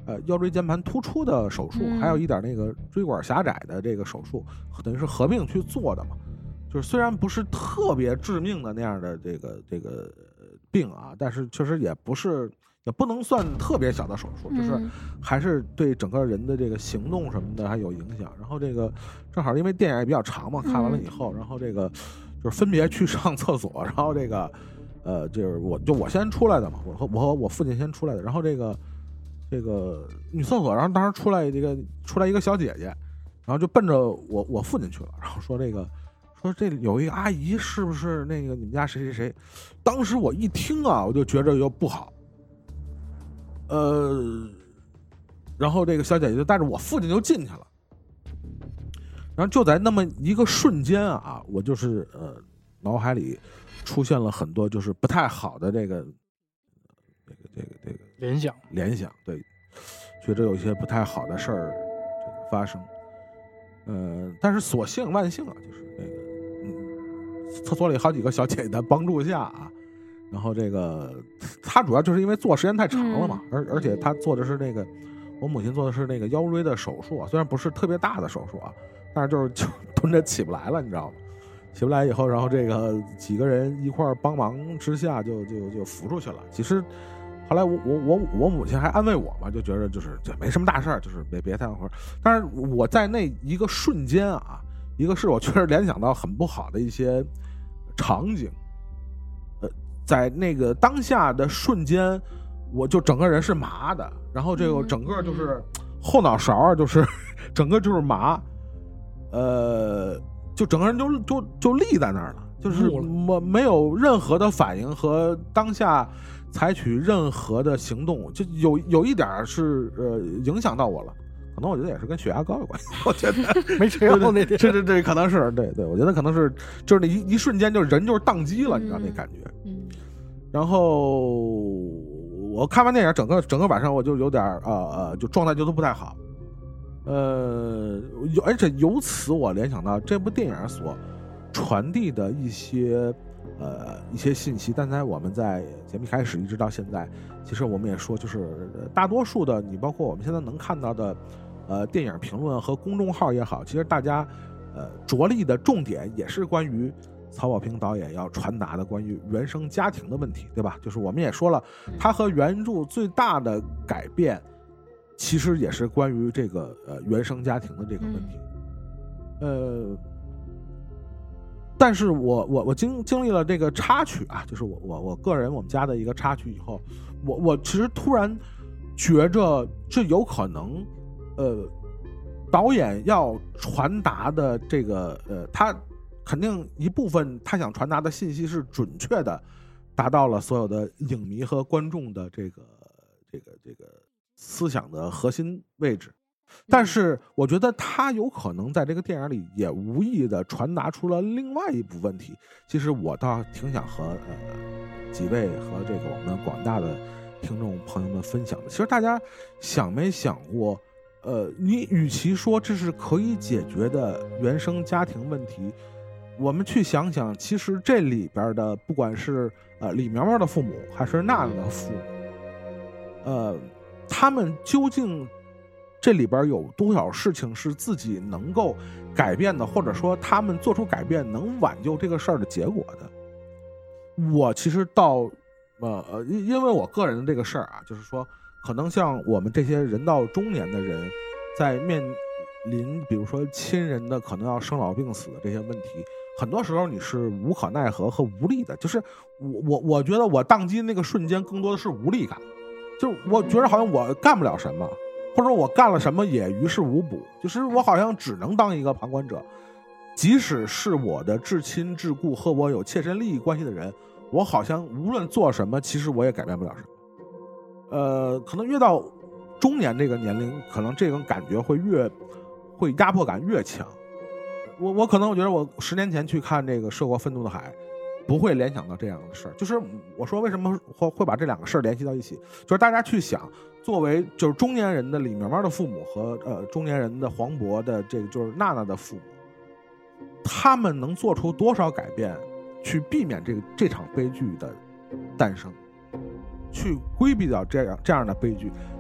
呃腰椎间盘突出的手术， 嗯、 还有一点那个椎管狭窄的这个手术，等于是合并去做的嘛。就是虽然不是特别致命的那样的这个这个病啊，但是确实也不是也不能算特别小的手术，就是还是对整个人的这个行动什么的还有影响。然后这个正好因为电影也比较长嘛，看完了以后，然后这个就是分别去上厕所，然后这个呃就是我就我先出来的嘛，我和我和我父亲先出来的，然后这个这个女厕所，然后当时出来这个出来一个小姐姐，然后就奔着我我父亲去了，然后说这个。说这里有一个阿姨，是不是那个你们家谁谁谁？当时我一听啊，我就觉着又不好。呃，然后这个小姐姐就带着我父亲就进去了。然后就在那么一个瞬间啊，我就是呃脑海里出现了很多就是不太好的这个这个这个这个联想联想，对，觉得有一些不太好的事儿这个发生。呃，但是所幸万幸啊，就是那个。厕所里好几个小姐姐的帮助下啊，然后这个她主要就是因为做时间太长了嘛，而而且她做的是那个我母亲做的是那个腰椎的手术啊，虽然不是特别大的手术啊，但是就是就蹲着起不来了，你知道吗？起不来以后，然后这个几个人一块帮忙之下就就就扶出去了。其实后来我我我我母亲还安慰我嘛，就觉得就是这没什么大事儿，就是别别太会。但是我在那一个瞬间啊。一个是我确实联想到很不好的一些场景，呃，在那个当下的瞬间，我就整个人是麻的，然后这个整个就是后脑勺就是整个就是麻，呃，就整个人就就就立在那儿了，就是我没有任何的反应和当下采取任何的行动，就有有一点是呃影响到我了。可能我觉得也是跟血压高有关系，我觉得没吃药那天， 这这这可能是对对，我觉得可能是就是那一一瞬间就人就是宕机了，你知道那感觉。 嗯。 然后我看完电影，整个整个晚上我就有点呃呃，就状态就都不太好。呃，而且由此我联想到这部电影所传递的一些呃一些信息，但在我们在节目开始一直到现在，其实我们也说，就是大多数的你包括我们现在能看到的。呃，电影评论和公众号也好，其实大家呃着力的重点也是关于曹保平导演要传达的关于原生家庭的问题，对吧？就是我们也说了，他和原著最大的改变，其实也是关于这个呃原生家庭的这个问题。呃，但是我我我经经历了这个插曲啊，就是我我我个人我们家的一个插曲以后，我我其实突然觉着这有可能。呃，导演要传达的这个呃，他肯定一部分他想传达的信息是准确的，达到了所有的影迷和观众的这个这个这个思想的核心位置。但是我觉得他有可能在这个电影里也无意的传达出了另外一部分问题。其实我倒挺想和呃几位和这个我们广大的听众朋友们分享的。其实大家想没想过？呃，你与其说这是可以解决的原生家庭问题，我们去想想，其实这里边的不管是呃李苗苗的父母还是娜娜的父母，呃，他们究竟这里边有多少事情是自己能够改变的，或者说他们做出改变能挽救这个事儿的结果的？我其实到呃呃，因为我个人的这个事儿啊，就是说。可能像我们这些人到中年的人，在面临比如说亲人的可能要生老病死的这些问题，很多时候你是无可奈何和无力的。就是我我我觉得我宕机那个瞬间更多的是无力感，就是我觉得好像我干不了什么，或者说我干了什么也于事无补，就是我好像只能当一个旁观者，即使是我的至亲至故和我有切身利益关系的人，我好像无论做什么，其实我也改变不了什么。呃，可能越到中年这个年龄，可能这种感觉会越会压迫感越强。我我可能我觉得我十年前去看这个《涉过愤怒的海》，不会联想到这样的事儿。就是我说为什么会会把这两个事儿联系到一起，就是大家去想，作为就是中年人的李苗苗的父母和呃中年人的黄渤的这个就是娜娜的父母，他们能做出多少改变，去避免这个这场悲剧的诞生。去规避掉这样这样的悲剧，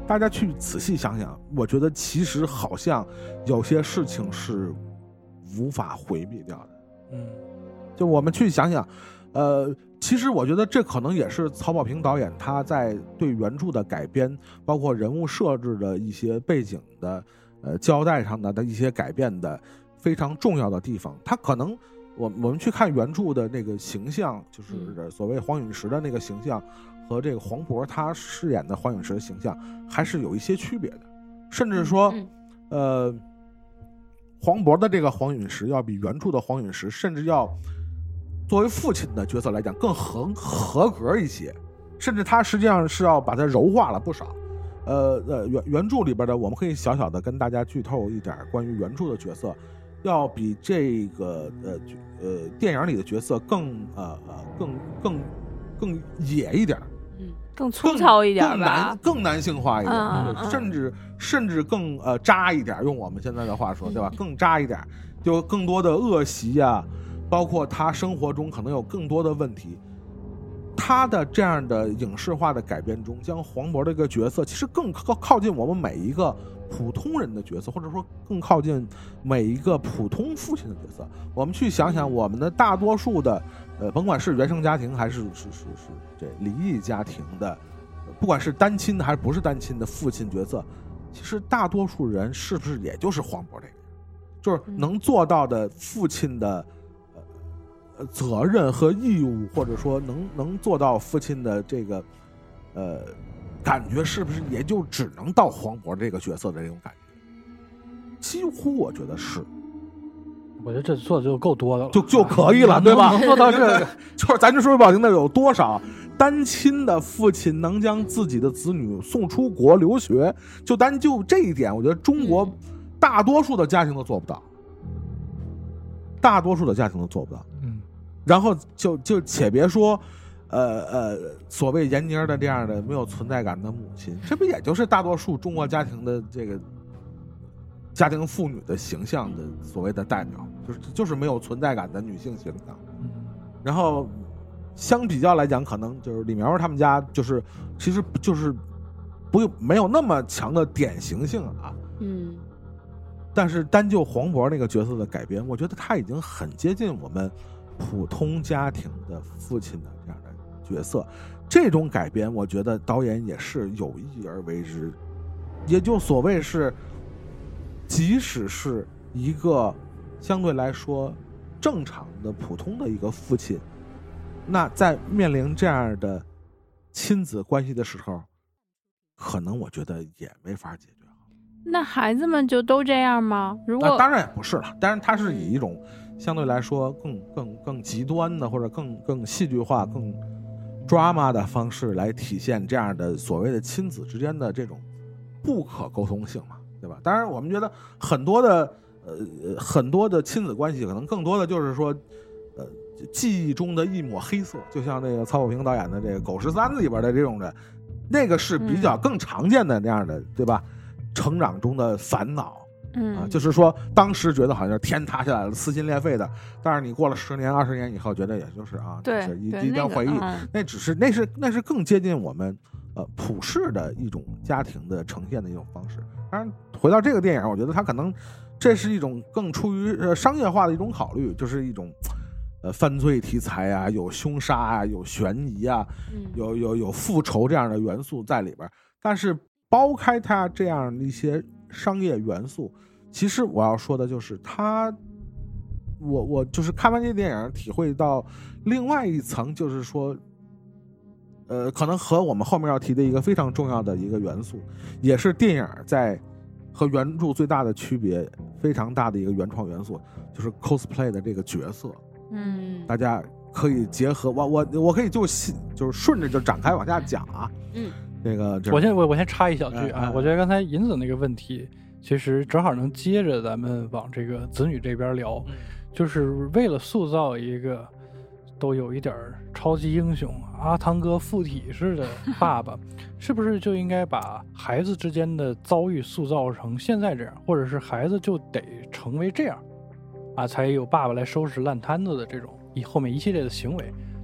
大家去仔细想想，我觉得其实好像有些事情是无法回避掉的。 嗯， 就我们去想想，呃，其实我觉得这可能也是曹保平导演他在对原著的改编，包括人物设置的一些背景的呃交代上的的一些改变的非常重要的地方。他可能我我们去看原著的那个形象，就是所谓黄允石的那个形象，和这个黄渤他饰演的黄允石的形象还是有一些区别的，甚至说，呃，黄渤的这个黄允石要比原著的黄允石，甚至要作为父亲的角色来讲更合合格一些，甚至他实际上是要把它柔化了不少。呃呃，原原著里边的，我们可以小小的跟大家剧透一点关于原著的角色，要比这个呃呃电影里的角色更呃呃更更更野一点。 更粗糙一点吧， 更男更男性化一点， 嗯嗯、 甚至甚至更呃渣一点，用我们现在的话说，对吧？更渣一点，就更多的恶习啊，包括他生活中可能有更多的问题。他的这样的影视化的改编中，将黄渤这个角色其实更靠靠近我们每一个普通人的角色，或者说更靠近每一个普通父亲的角色。我们去想想，我们的大多数的。呃，甭管是原生家庭还是是是是这离异家庭的，不管是单亲的还是不是单亲的父亲角色，其实大多数人是不是也就是黄渤这个，就是能做到的父亲的呃责任和义务，或者说能能做到父亲的这个呃感觉，是不是也就只能到黄渤这个角色的这种感觉？几乎我觉得是。 我觉得这做的就够多的了， 就就可以了，对吧？ 能做到这个， 就是咱就说不好听的，有多少单亲的父亲能将自己的子女送出国留学？就单就这一点，我觉得中国大多数的家庭都做不到，大多数的家庭都做不到。 嗯， 然后就就且别说，呃呃，所谓闫妮的这样的没有存在感的母亲，这不也就是大多数中国家庭的这个。家庭妇女的形象的所谓的代表，就是就是没有存在感的女性形象。然后相比较来讲，可能就是李苗他们家就是其实就是不没有那么强的典型性啊。 嗯。 但是单就黄渤那个角色的改编，我觉得他已经很接近我们普通家庭的父亲的这样的角色。这种改编，我觉得导演也是有意而为之，也就所谓是。即使是一个相对来说正常的普通的一个父亲，那在面临这样的亲子关系的时候，可能我觉得也没法解决好。 那孩子们就都这样吗？如果、 啊、当然也不是了，当然他是以一种相对来说更更更极端的或者更更戏剧化、更 drama 的方式来体现这样的所谓的亲子之间的这种不可沟通性嘛。对吧？当然，我们觉得很多的呃很多的亲子关系，可能更多的就是说，呃，记忆中的一抹黑色，就像那个曹保平导演的这个《狗十三》里边的这种的，那个是比较更常见的那样的，嗯、对吧？成长中的烦恼， 嗯啊，就是说当时觉得好像天塌下来了，撕心裂肺的，但是你过了十年、二十年以后，觉得也就是啊， 对， 是一一段回忆， 那个嗯、 那只是那是那是更接近我们呃普世的一种家庭的呈现的一种方式。当然，回到这个电影，我觉得它可能这是一种更出于呃商业化的一种考虑，就是一种呃犯罪题材啊，有凶杀啊，有悬疑啊，有有有复仇这样的元素在里边。但是剥开它这样一些商业元素，其实我要说的就是它，我我就是看完这电影体会到另外一层，就是说。呃，可能和我们后面要提的一个非常重要的一个元素，也是电影在和原著最大的区别，非常大的一个原创元素，就是 cosplay 的这个角色。 嗯， 大家可以结合我我我可以就就是顺着就展开往下讲啊。 嗯， 这个我先我我先插一小句啊， 哎哎我觉得刚才银子那个问题，其实正好能接着咱们往这个子女这边聊，就是为了塑造一个。都有一点超级英雄阿汤哥附体式的爸爸，是不是就应该把孩子之间的遭遇塑造成现在这样，或者是孩子就得成为这样啊，才有爸爸来收拾烂摊子的这种以后面一系列的行为？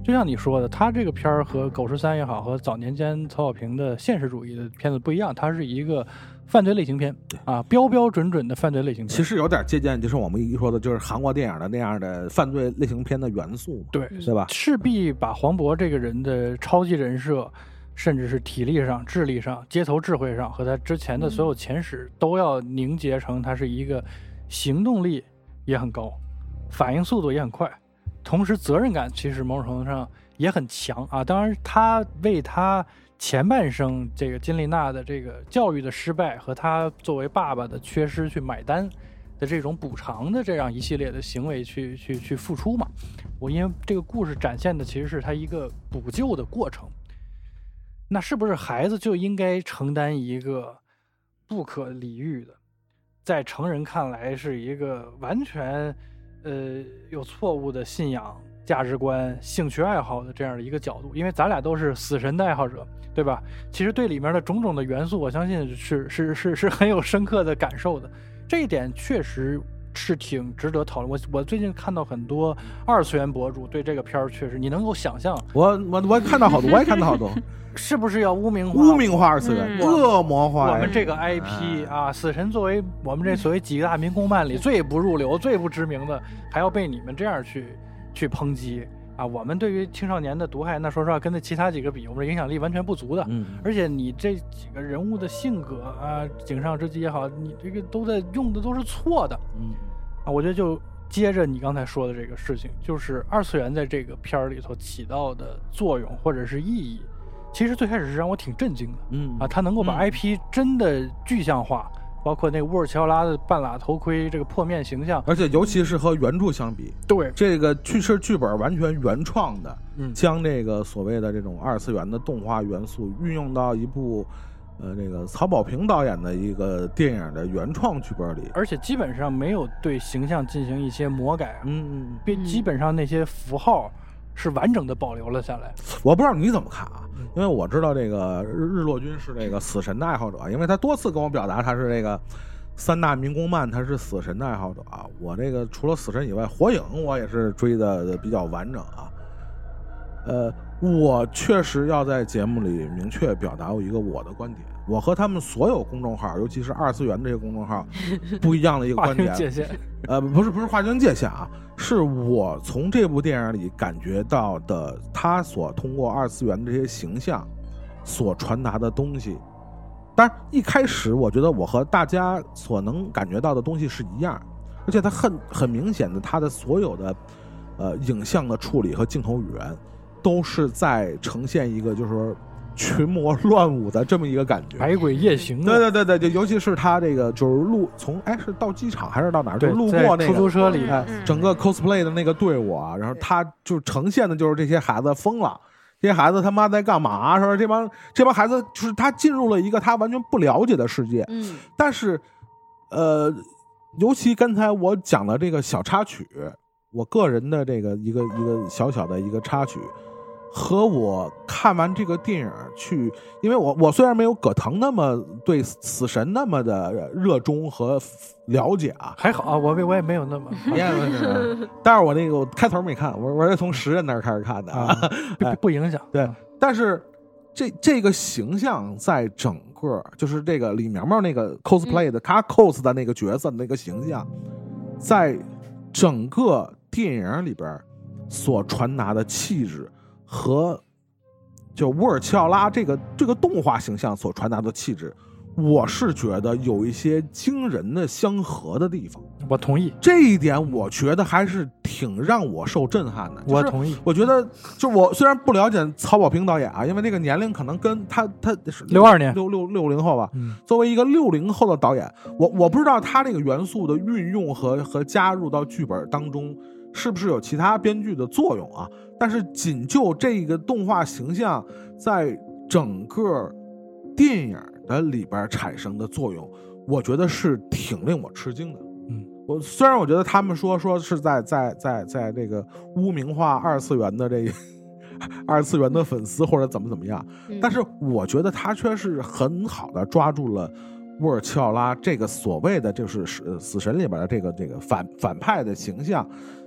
就像你说的，他这个片儿和《狗十三》也好，和早年间曹保平的现实主义的片子不一样，它是一个犯罪类型片啊，标标准准的犯罪类型片。 其实有点借鉴，就是我们一说的，就是韩国电影的那样的犯罪类型片的元素嘛， 对对吧？ 势必把黄渤这个人的超级人设，甚至是体力上、智力上、街头智慧上，和他之前的所有前史都要凝结成他是一个行动力也很高，反应速度也很快，同时责任感其实某种程度上也很强啊。当然，他为他前半生这个金丽娜的这个教育的失败和他作为爸爸的缺失去买单的这种补偿的这样一系列的行为去去去付出嘛。我因为这个故事展现的其实是他一个补救的过程。那是不是孩子就应该承担一个不可理喻的，在成人看来是一个完全呃有错误的信仰、价值观、兴趣爱好的这样的一个角度？因为咱俩都是死神的爱好者，对吧？其实对里面的种种的元素，我相信是是是是很有深刻的感受的。这一点确实是挺值得讨论。我我最近看到很多二次元博主对这个片儿，确实你能够想象， 我我我看到好多，我也看到好多。 是不是要污名化污名化二次元、 嗯、 恶魔化我们这个 I P 啊？死神作为我们这所谓几大民工漫里最不入流、最不知名的，还要被你们这样去去抨击啊！我们对于青少年的毒害，那说实话跟那其他几个比，我们的影响力完全不足的。 嗯， 而且你这几个人物的性格啊，井上之基也好，你这个都在用的都是错的。 嗯啊，我觉得就接着你刚才说的这个事情，就是二次元在这个片儿里头起到的作用或者是意义。其实最开始是让我挺震惊的， 嗯啊，他能够把 I P 真的具象化，嗯、包括那个沃尔乔拉的半拉头盔这个破面形象， 而且尤其是和原著相比， 对这个剧是剧本完全原创的， 嗯， 将这个所谓的这种二次元的动画元素运用到一部呃这个曹保平导演的一个电影的原创剧本里， 而且基本上没有对形象进行一些魔改， 嗯嗯，基本上那些符号是完整的保留了下来。 我不知道你怎么看啊？因为我知道这个日日落君是这个死神的爱好者，因为他多次跟我表达他是这个三大民工漫，他是死神的爱好者啊。我这个除了死神以外，火影我也是追的比较完整啊。呃，我确实要在节目里明确表达一个我的观点，我和他们所有公众号，尤其是二次元这些公众号不一样的一个观点。 界限， 呃，不是不是划清界限啊，是我从这部电影里感觉到的，他所通过二次元的这些形象所传达的东西。当然，一开始我觉得我和大家所能感觉到的东西是一样，而且他很很明显的，他的所有的呃影像的处理和镜头语言，都是在呈现一个就是说群魔乱舞的这么一个感觉， 百鬼夜行。 对对对对，就尤其是他这个就是路从哎是到机场还是到哪儿，就路过那个出租车里， 哎，整个 cosplay 的那个队伍啊，然后他就呈现的就是这些孩子疯了。这些孩子他妈在干嘛？说这帮这帮孩子就是他进入了一个他完全不了解的世界。 嗯， 但是，呃，尤其刚才我讲的这个小插曲，我个人的这个一个一个小小的一个插曲，和我看完这个电影去，因为我我虽然没有葛腾那么对死神那么的热衷和了解啊， 还好啊，我我也没有那么， 但是我那个我开头没看，我我是从时人那儿开始看的啊， 不不影响。 对，但是这这个形象在整个就是这个李苗苗那个 cosplay 的、嗯、他 cos 的那个角色的那个形象，在整个电影里边所传达的气质和就沃尔齐奥拉这个这个动画形象所传达的气质，我是觉得有一些惊人的相合的地方。 我同意这一点，我觉得还是挺让我受震撼的。 我同意， 我觉得就我虽然不了解曹保平导演啊，因为这个年龄可能跟他他是六二年六六六零后吧、 嗯。 作为一个六零后的导演，我我不知道他这个元素的运用和和加入到剧本当中是不是有其他编剧的作用啊？但是仅就这个动画形象在整个电影的里边产生的作用，我觉得是挺令我吃惊的。 嗯， 我虽然我觉得他们说说是在在在在这个污名化二次元的这个二次元的粉丝或者怎么怎么样， 嗯、 但是我觉得他却是很好的抓住了沃尔乔拉这个所谓的就是死神里边的这个这个反反派的形象，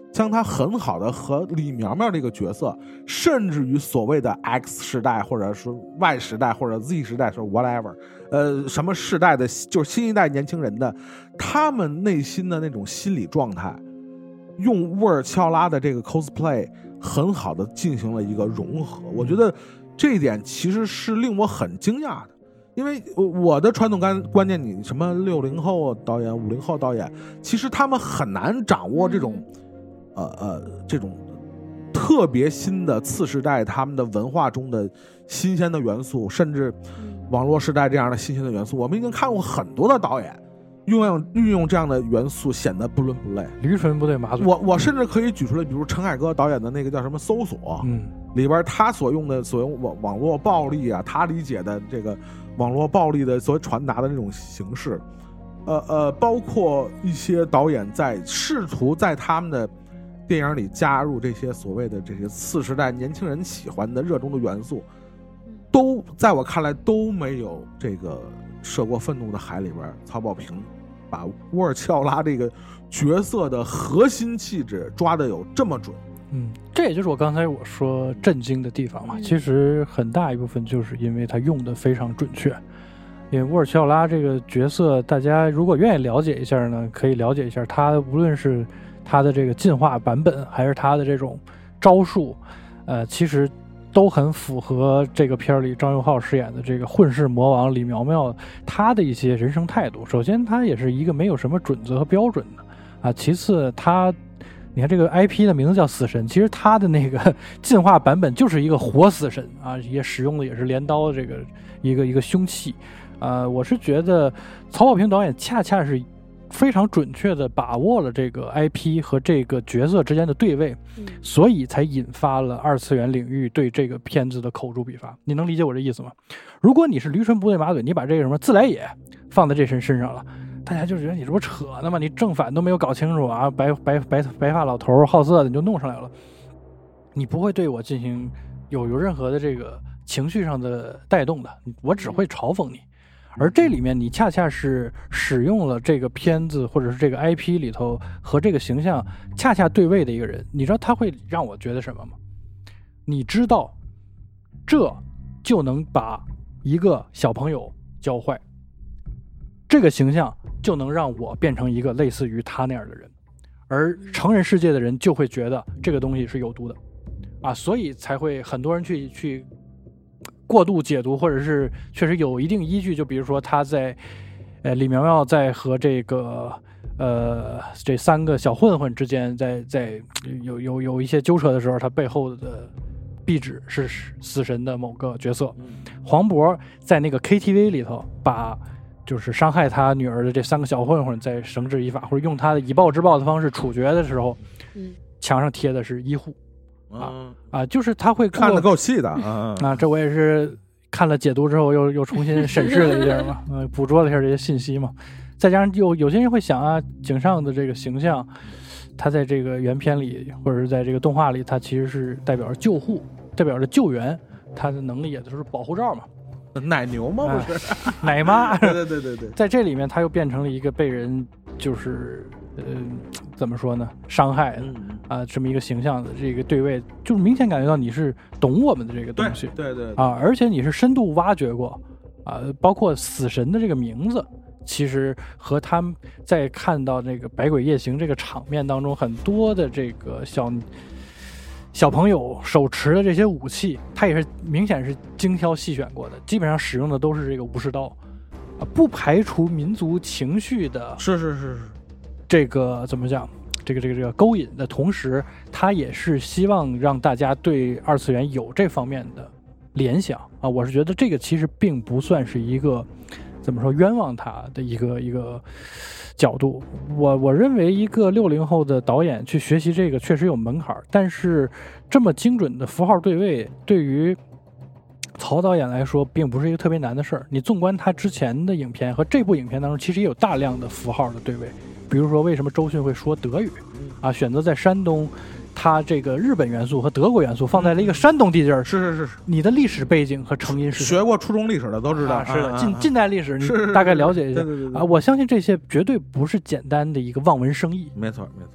将它很好的和李苗苗这个角色，甚至于所谓的 X 时代或者是 Y 时代或者 Z 时代是 whatever， 呃，什么世代的，就是新一代年轻人的，他们内心的那种心理状态，用沃尔乔拉的这个 cosplay 很好的进行了一个融合。我觉得这一点其实是令我很惊讶的。因为我的传统观观念，你什么六零后导演、五零后导演，其实他们很难掌握这种，呃呃，这种特别新的次时代他们的文化中的新鲜的元素，甚至网络时代这样的新鲜的元素。我们已经看过很多的导演运用运用这样的元素，显得不伦不类。 驴唇不对马嘴。 我我甚至可以举出来，比如陈凯歌导演的那个叫什么《搜索》，嗯，里边他所用的所用网网络暴力啊，他理解的这个。网络暴力的所传达的这种形式，呃呃，包括一些导演在试图在他们的电影里加入这些所谓的这些次时代年轻人喜欢的热衷的元素，都在我看来都没有这个《涉过愤怒的海》里边曹保平把沃尔乔拉这个角色的核心气质抓得有这么准。 嗯，这也就是我刚才我说震惊的地方嘛。其实很大一部分就是因为他用的非常准确。因为沃尔乔拉这个角色，大家如果愿意了解一下呢，可以了解一下他，无论是他的这个进化版本，还是他的这种招数，呃，其实都很符合这个片里张佑浩饰演的这个混世魔王李苗苗他的一些人生态度。首先，他也是一个没有什么准则和标准的啊。其次，他。你看这个 I P 的名字叫死神，其实它的那个进化版本就是一个活死神啊，也使用的也是镰刀这个一个一个凶器，呃，我是觉得曹保平导演恰恰是非常准确的把握了这个 I P 和这个角色之间的对位，所以才引发了二次元领域对这个片子的口诛笔伐。你能理解我这意思吗？如果你是驴唇不对马嘴，你把这个什么自来也放在这身身上了。大家就觉得你这不扯呢吗？你正反都没有搞清楚啊！白白白白发老头好色的你就弄上来了，你不会对我进行有有任何的这个情绪上的带动的，我只会嘲讽你。而这里面你恰恰是使用了这个片子或者是这个 I P 里头和这个形象恰恰对位的一个人，你知道他会让我觉得什么吗？你知道，这就能把一个小朋友教坏。这个形象就能让我变成一个类似于他那样的人，而成人世界的人就会觉得这个东西是有毒的啊，所以才会很多人去去过度解读，或者是确实有一定依据。就比如说他在呃李苗苗在和这个呃这三个小混混之间在在有有有一些纠扯的时候，他背后的壁纸是死神的某个角色。黄渤在那个 K T V 里头把就是伤害他女儿的这三个小混混在绳之以法，或者用他的以暴制暴的方式处决的时候，嗯，墙上贴的是医护，啊、嗯、啊，就是他会看得够细的啊啊！这我也是看了解读之后又又重新审视了一下嘛，呃，捕捉了一下这些信息嘛。再加上有有些人会想啊，井上的这个形象，他在这个原片里或者是在这个动画里，他其实是代表着救护，代表着救援，他的能力也就是保护罩嘛。 奶牛吗？不是、 哎、奶妈。 对对对对对， 在这里面他又变成了一个被人就是呃怎么说呢伤害的啊、呃、这么一个形象的这个对位，就是明显感觉到你是懂我们的这个东西， 对 对, 对啊，而且你是深度挖掘过啊，包括死神的这个名字，其实和他们在看到这个百鬼夜行这个场面当中很多的这个小。小朋友手持的这些武器，他也是明显是精挑细选过的，基本上使用的都是这个武士刀，啊，不排除民族情绪的， 是是是是， 这个怎么讲？这个这个这个勾引的同时，他也是希望让大家对二次元有这方面的联想啊。我是觉得这个其实并不算是一个怎么说冤枉他的一个一个。角度，我我认为一个六零后的导演去学习这个确实有门槛，但是这么精准的符号对位，对于曹导演来说，并不是一个特别难的事儿。你纵观他之前的影片和这部影片当中，其实也有大量的符号的对位，比如说为什么周迅会说德语啊，选择在山东。它这个日本元素和德国元素放在了一个山东地界儿， 是是是， 你的历史背景和成因是学过初中历史的都知道， 啊、是的， 啊、 近近代历史你大概了解一下， 对对对啊，我相信这些绝对不是简单的一个望文生义， 没错没错。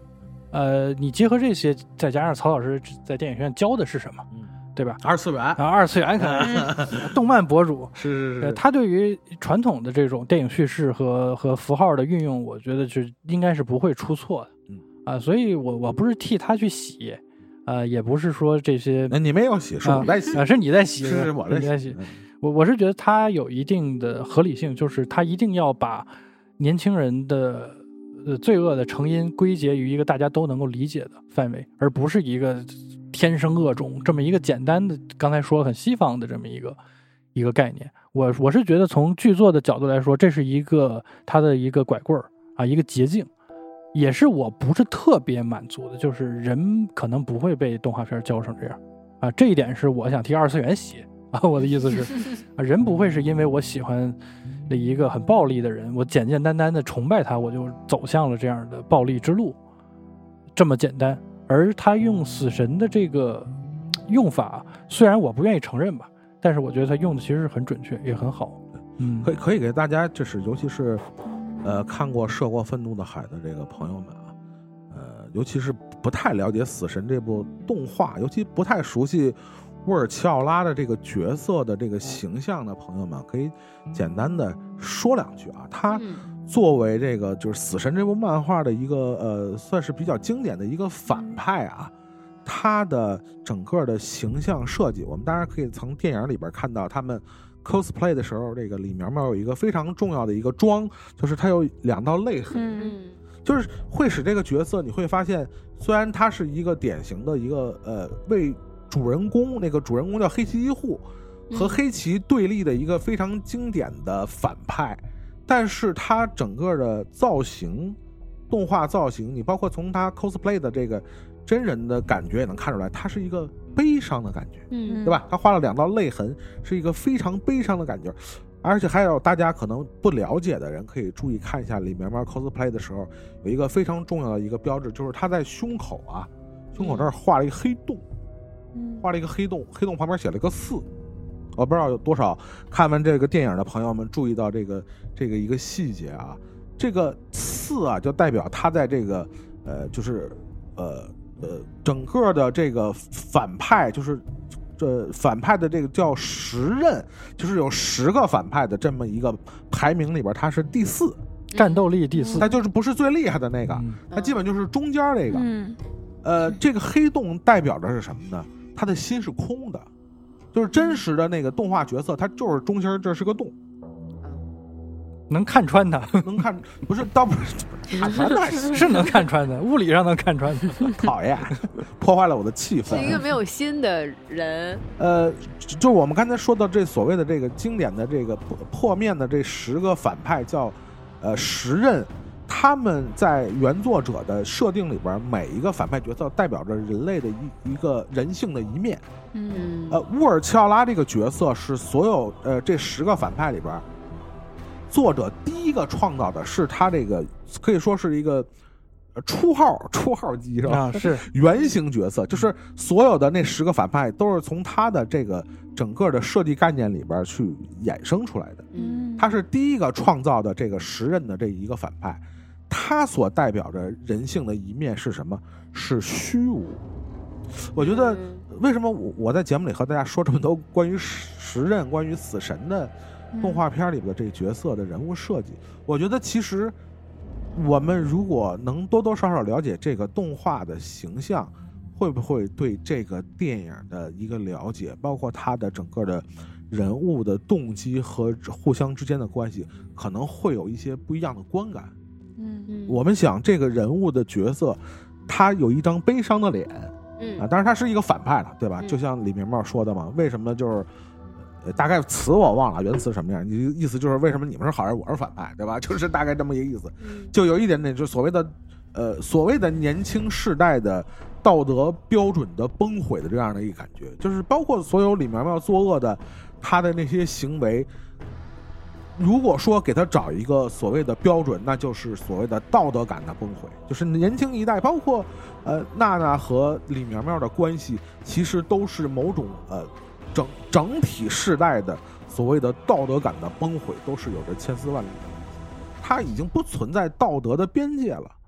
呃，你结合这些，再加上曹老师在电影学院教的是什么， 嗯， 对吧？ 二次元， 啊，二次元可能动漫博主是是是， 他对于传统的这种电影叙事和和符号的运用，我觉得是应该是不会出错的。 嗯啊，所以我我不是替他去洗，呃，也不是说这些， 那你没有洗，是我在洗， 啊，是你在洗， 是是我在洗， 在洗。我我是觉得他有一定的合理性，就是他一定要把年轻人的呃罪恶的成因归结于一个大家都能够理解的范围，而不是一个天生恶种这么一个简单的，刚才说很西方的这么一个一个概念。我我是觉得从剧作的角度来说，这是一个他的一个拐棍儿啊，一个捷径，也是我不是特别满足的，就是人可能不会被动画片教成这样啊，这一点是我想替二次元洗啊，我的意思是啊，人不会是因为我喜欢的一个很暴力的人，我简简单单的崇拜他，我就走向了这样的暴力之路，这么简单。而他用死神的这个用法，虽然我不愿意承认吧，但是我觉得他用的其实很准确，也很好。嗯， 可以可以给大家，就是尤其是呃看过《涉过愤怒的海》的这个朋友们啊，呃，尤其是不太了解死神这部动画，尤其不太熟悉沃尔齐奥拉的这个角色的这个形象的朋友们，可以简单的说两句啊。他作为这个就是死神这部漫画的一个呃，算是比较经典的一个反派啊，他的整个的形象设计，我们当然可以从电影里边看到他们 cosplay 的时候，这个李苗苗有一个非常重要的一个妆，就是他有两道泪痕， 嗯， 就是会使这个角色你会发现，虽然他是一个典型的一个呃为主人公，那个主人公叫黑崎一护，和黑崎对立的一个非常经典的反派，但是他整个的造型，动画造型，你包括从他 cosplay 的这个真人的感觉也能看出来，他是一个悲伤的感觉， 嗯， 对吧？他画了两道泪痕，是一个非常悲伤的感觉。而且还有大家可能不了解的人可以注意看一下李苗苗 cosplay 的时候，有一个非常重要的一个标志，就是他在胸口啊，胸口这儿画了一个黑洞，画了一个黑洞，黑洞旁边写了一个四。我不知道有多少看完这个电影的朋友们注意到这个这个一个细节啊，这个四啊就代表他在这个呃就是呃呃整个的这个反派，就是这反派的这个叫十任，就是有十个反派的这么一个排名里边，他是第四， 战斗力第四， 他就是不是最厉害的那个， 嗯、 他基本就是中间这个。 嗯， 呃，这个黑洞代表的是什么呢？他的心是空的。就是真实的那个动画角色，他就是中心这是个洞， 能看穿他， 能看不是倒不是看穿他是能看穿的，物理上能看穿的。 讨厌，破坏了我的气氛。 是一个没有心的人。 呃，就我们刚才说到这所谓的这个经典的这个破面的这十个反派叫呃十任，他们在原作者的设定里边，每一个反派角色代表着人类的一一个人性的一面。 嗯， 呃，沃尔齐奥拉这个角色是所有呃这十个反派里边，作者第一个创造的是他这个可以说是一个初号初号机是吧？ 啊，是原型角色，就是所有的那十个反派都是从他的这个整个的设计概念里边去衍生出来的。 嗯， 他是第一个创造的这个十任的这一个反派，他所代表着人性的一面是什么？是虚无。我觉得为什么我我在节目里和大家说这么多关于十任、关于死神的动画片里的这个角色的人物设计，我觉得其实我们如果能多多少少了解这个动画的形象，会不会对这个电影的一个了解，包括它的整个的人物的动机和互相之间的关系，可能会有一些不一样的观感。 嗯， 我们想这个人物的角色，他有一张悲伤的脸。 嗯啊，当然他是一个反派了，对吧？ 嗯、 就像李明茂说的嘛，为什么就是，呃，大概词我忘了，原词什么样？你意思就是为什么你们是好人，我是反派，对吧？就是大概这么一个意思，就有一点点就所谓的，呃，所谓的年轻世代的道德标准的崩毁的这样的一个感觉，就是包括所有李苗苗作恶的他的那些行为。如果说给他找一个所谓的标准，那就是所谓的道德感的崩毁，就是年轻一代，包括呃娜娜和李苗苗的关系，其实都是某种呃整整体世代的所谓的道德感的崩毁，都是有着千丝万缕的。它已经不存在道德的边界了，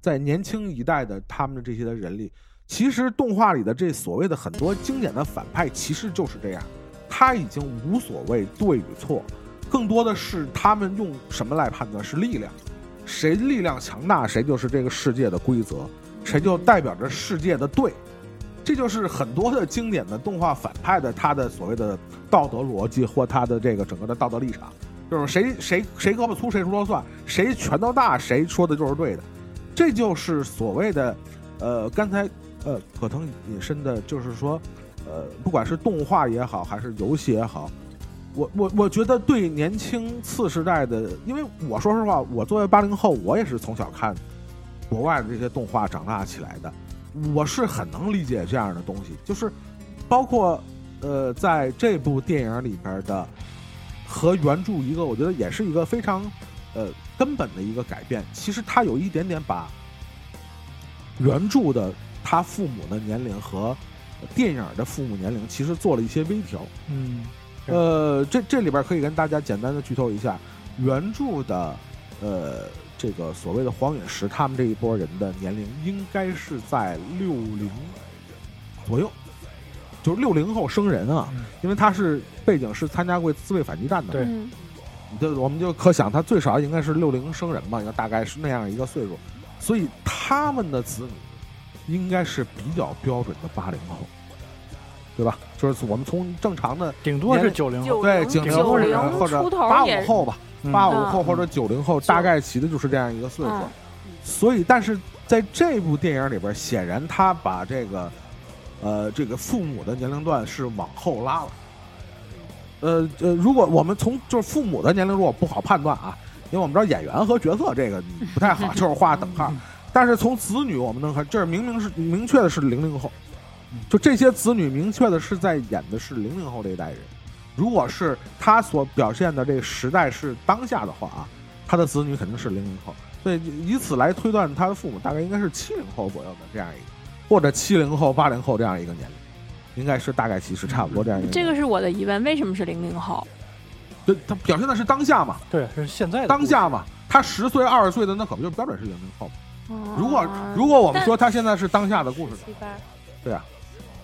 在年轻一代的他们的这些的人里，其实动画里的这所谓的很多经典的反派其实就是这样，他已经无所谓对与错，更多的是他们用什么来判断，是力量，谁力量强大谁就是这个世界的规则，谁就代表着世界的对。这就是很多的经典的动画反派的他的所谓的道德逻辑或他的这个整个的道德立场，就是谁谁谁胳膊粗谁说了算，谁拳头大谁说的就是对的。这就是所谓的呃刚才呃葛腾引申的，就是说呃不管是动画也好还是游戏也好，我我我觉得对年轻次世代的，因为我说实话，我作为八零后，我也是从小看国外的这些动画长大起来的，我是很能理解这样的东西，就是包括呃在这部电影里边的和原著一个，我觉得也是一个非常呃根本的一个改变。其实它有一点点把原著的他父母的年龄和电影的父母年龄其实做了一些微调。 嗯， 呃，这这里边可以跟大家简单的剧透一下，原著的呃这个所谓的黄陨石他们这一波人的年龄应该是在六零左右，就是六零后生人啊， 嗯、 因为他是背景是参加过自卫反击战的， 对， 就我们就可想他最少应该是六零生人嘛，应该大概是那样一个岁数，所以他们的子女应该是比较标准的八零后。对吧？就是我们从正常的顶多是九零后， 对，顶多是或者八五后吧，八五后或者九零后，大概齐的就是这样一个岁数。嗯、所以，但是在这部电影里边，显然他把这个呃这个父母的年龄段是往后拉了。呃呃，如果我们从就是父母的年龄如果不好判断啊，因为我们知道演员和角色这个不太好，就是画等号。但是从子女我们能看，这明明是明确的是零零后。就这些子女明确的是在演的是零零后这一代人，如果是他所表现的这个时代是当下的话啊，他的子女肯定是零零后，所以以此来推断他的父母大概应该是七零后左右的这样一个，或者七零后八零后这样一个年龄，应该是大概其实差不多这样一个。 这个是我的疑问，为什么是零零后？ 对，他表现的是当下嘛， 对，是现在的当下嘛，他十岁二十岁的那可不就标准是零零后嘛？哦、如果如果我们说他现在是当下的故事，对啊。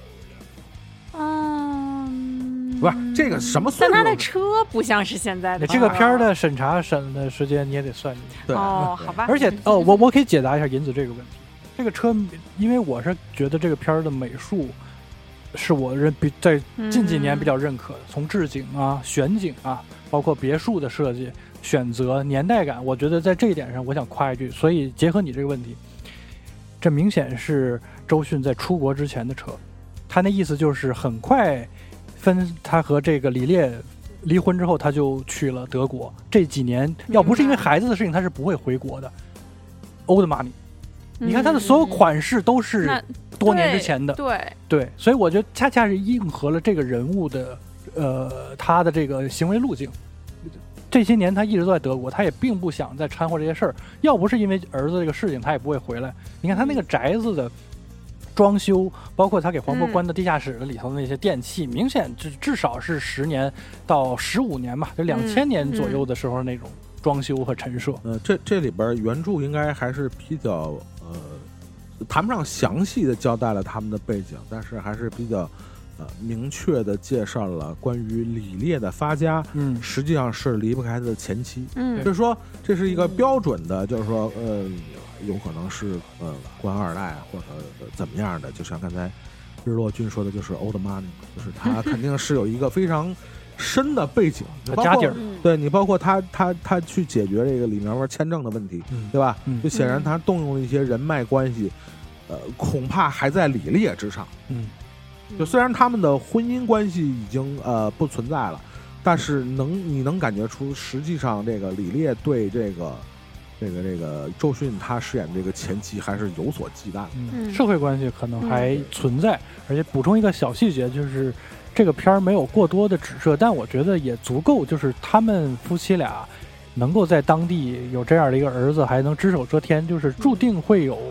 嗯， 不是这个什么岁数？ 但他的车不像是现在的。 这个片儿的审查审的时间你也得算进去。 对哦，好吧。 而且哦，我我可以解答一下银子这个问题。这个车，因为我是觉得这个片儿的美术是我认比在近几年比较认可的，从置景啊、选景啊，包括别墅的设计、选择、年代感，我觉得在这一点上，我想夸一句。所以结合你这个问题，这明显是周迅在出国之前的车。他那意思就是很快分他和这个李烈离婚之后，他就去了德国。这几年要不是因为孩子的事情，他是不会回国的。Old money，、嗯、你看他的所有款式都是多年之前的， 对对, 对，所以我觉得恰恰是应和了这个人物的呃他的这个行为路径。这些年他一直都在德国，他也并不想再掺和这些事儿。要不是因为儿子这个事情，他也不会回来。你看他那个宅子的装修，包括他给黄渤关的地下室里头的那些电器，嗯、明显至至少是十年到十五年吧，就两千年左右的时候那种装修和陈设。 呃，这这里边原著应该还是比较呃，谈不上详细的交代了他们的背景，但是还是比较呃明确的介绍了关于李烈的发家，嗯，实际上是离不开他的前妻，嗯，就是说这是一个标准的，就是说呃。有可能是呃官二代或者、呃、怎么样的，就像刚才日落君说的，就是 old money， 就是他肯定是有一个非常深的背景， 家底儿。 对你包括他他他去解决这个李苗苗签证的问题，嗯、对吧？嗯、就显然他动用了一些人脉关系，呃，恐怕还在李烈之上。嗯，就虽然他们的婚姻关系已经呃不存在了，但是能你能感觉出，实际上这个李烈对这个。这个这个周迅他饰演这个前妻还是有所忌惮的， 嗯，社会关系可能还存在，嗯、而且补充一个小细节，就是这个片儿没有过多的指涉，但我觉得也足够，就是他们夫妻俩能够在当地有这样的一个儿子，还能只手遮天，就是注定会有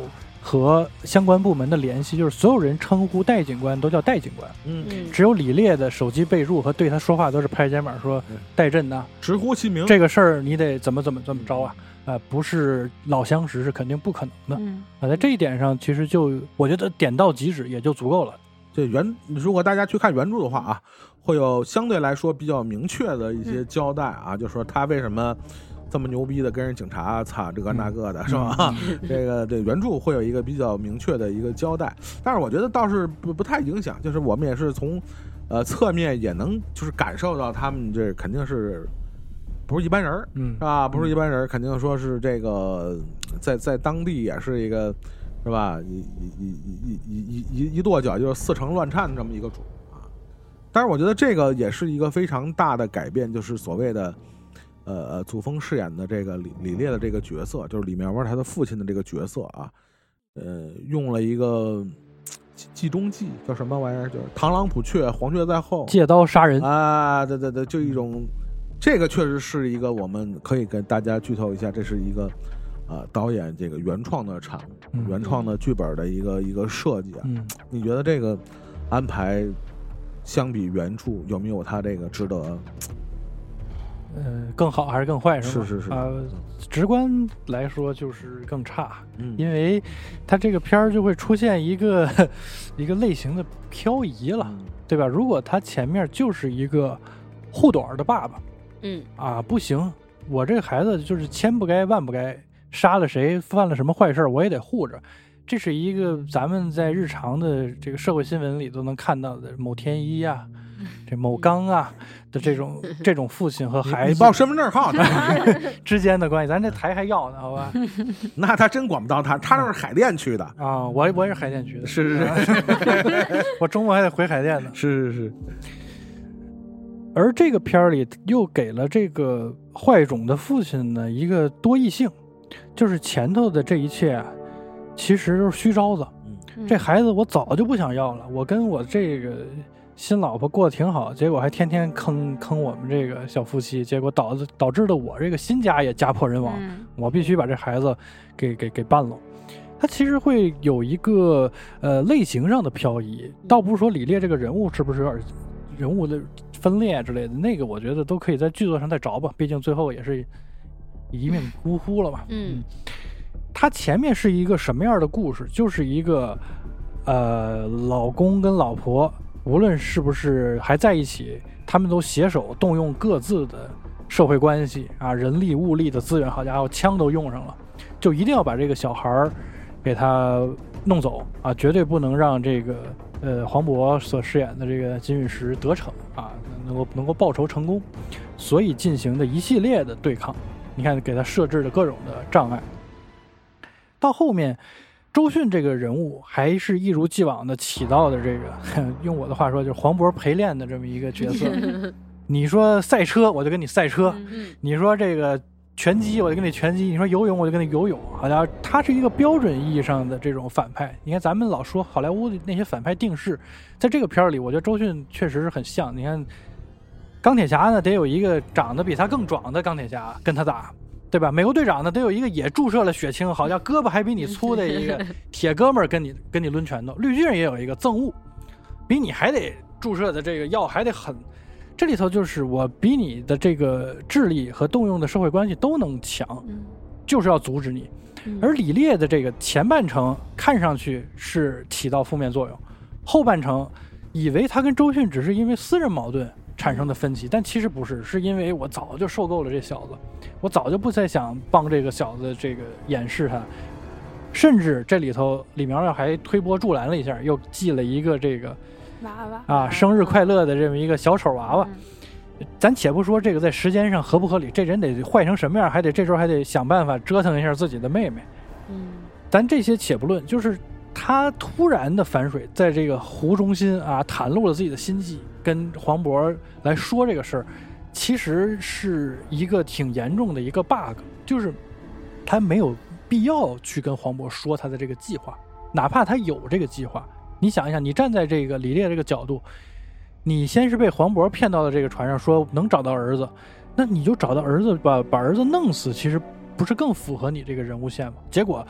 和相关部门的联系，就是所有人称呼戴警官都叫戴警官， 嗯， 只有李烈的手机备注和对他说话都是拍肩膀说戴震呐， 直呼其名， 这个事儿你得怎么怎么怎么着啊。呃，不是老相识是肯定不可能的。 嗯， 啊，在这一点上，其实就我觉得点到即止也就足够了。 这原如果大家去看原著的话啊，会有相对来说比较明确的一些交代啊，嗯、就说他为什么这么牛逼的跟人警察擦这个那个的，嗯、是吧？嗯、这个对原著会有一个比较明确的一个交代，但是我觉得倒是不不太影响，就是我们也是从呃侧面也能就是感受到他们这肯定是。不是一般人，嗯，是吧？不是一般人，肯定说是这个，在在当地也是一个，是吧？一一一一一一一跺脚就是四城乱颤这么一个主啊。但是我觉得这个也是一个非常大的改变，就是所谓的，呃，祖峰饰演的这个李李烈的这个角色，就是李苗苗他的父亲的这个角色啊，呃，用了一个计中计，叫什么玩意儿？就是螳螂捕雀，黄雀在后， 借刀杀人啊！对对对，就一种。这个确实是一个我们可以跟大家剧透一下，这是一个呃导演这个原创的产物、嗯、原创的剧本的一个一个设计啊。嗯，你觉得这个安排相比原著有没有它这个值得？ 呃，更好还是更坏？是吧？ 是是是。 呃，直观来说就是更差，嗯，因为它这个片儿就会出现一个一个类型的漂移了，嗯、对吧？如果它前面就是一个护短的爸爸。 嗯啊，不行，我这个孩子就是千不该万不该，杀了谁，犯了什么坏事，我也得护着。这是一个咱们在日常的这个社会新闻里都能看到的某天一啊，这某刚啊的这种这种父亲和孩子， 你报身份证号之间的关系，咱这台还要呢，好吧？ 那他真管不到他，他那是海淀区的啊，我我也是海淀区的， 是是是， 我周末还得回海淀呢， 是是是。 而这个片儿里又给了这个坏种的父亲呢一个多异性，就是前头的这一切啊，其实都是虚招子。嗯、这孩子我早就不想要了，我跟我这个新老婆过得挺好，结果还天天坑坑我们这个小夫妻，结果导致导致的我这个新家也家破人亡，嗯、我必须把这孩子给给给办了。他其实会有一个呃类型上的漂移，倒不是说李烈这个人物是不是有点人物的分裂之类的，那个我觉得都可以在剧作上再找吧，毕竟最后也是一命呜呼了嘛。嗯，他前面是一个什么样的故事？就是一个呃，老公跟老婆无论是不是还在一起，他们都携手动用各自的社会关系啊，人力物力的资源，好家伙，枪都用上了，就一定要把这个小孩给他弄走啊，绝对不能让这个。呃，黄渤所饰演的这个金陨石得逞啊，能够能够报仇成功，所以进行的一系列的对抗。你看，给他设置的各种的障碍。到后面，周迅这个人物还是一如既往的起到的这个，用我的话说，就是黄渤陪练的这么一个角色。你说赛车，我就跟你赛车；你说这个拳击，我就跟你拳击；你说游泳，我就跟你游泳。好像他是一个标准意义上的这种反派。你看咱们老说好莱坞的那些反派定式，在这个片里，我觉得周迅确实是很像。你看钢铁侠呢，得有一个长得比他更壮的钢铁侠跟他打，对吧？美国队长呢，得有一个也注射了血清，好像胳膊还比你粗的一个铁哥们儿跟你跟你抡拳头。绿巨人也有一个憎恶，比你还得注射的这个药还得狠。这里头就是我比你的这个智力和动用的社会关系都能强，就是要阻止你。而李烈的这个前半程看上去是起到负面作用，后半程以为他跟周迅只是因为私人矛盾产生的分歧，但其实不是，是因为我早就受够了这小子，我早就不再想帮这个小子这个掩饰他。甚至这里头李苗苗还推波助澜了一下，又寄了一个这个娃娃啊，生日快乐的这么一个小丑娃娃。嗯、咱且不说这个在时间上合不合理，这人得坏成什么样，还得这时候还得想办法折腾一下自己的妹妹。嗯，咱这些且不论，就是他突然的反水，在这个湖中心啊袒露了自己的心迹，跟黄渤来说这个事儿，其实是一个挺严重的一个 bug， 就是他没有必要去跟黄渤说他的这个计划，哪怕他有这个计划。你想一想，你站在这个李烈这个角度，你先是被黄渤骗到了这个船上，说能找到儿子，那你就找到儿子，把把儿子弄死，其实不是更符合你这个人物线吗？结果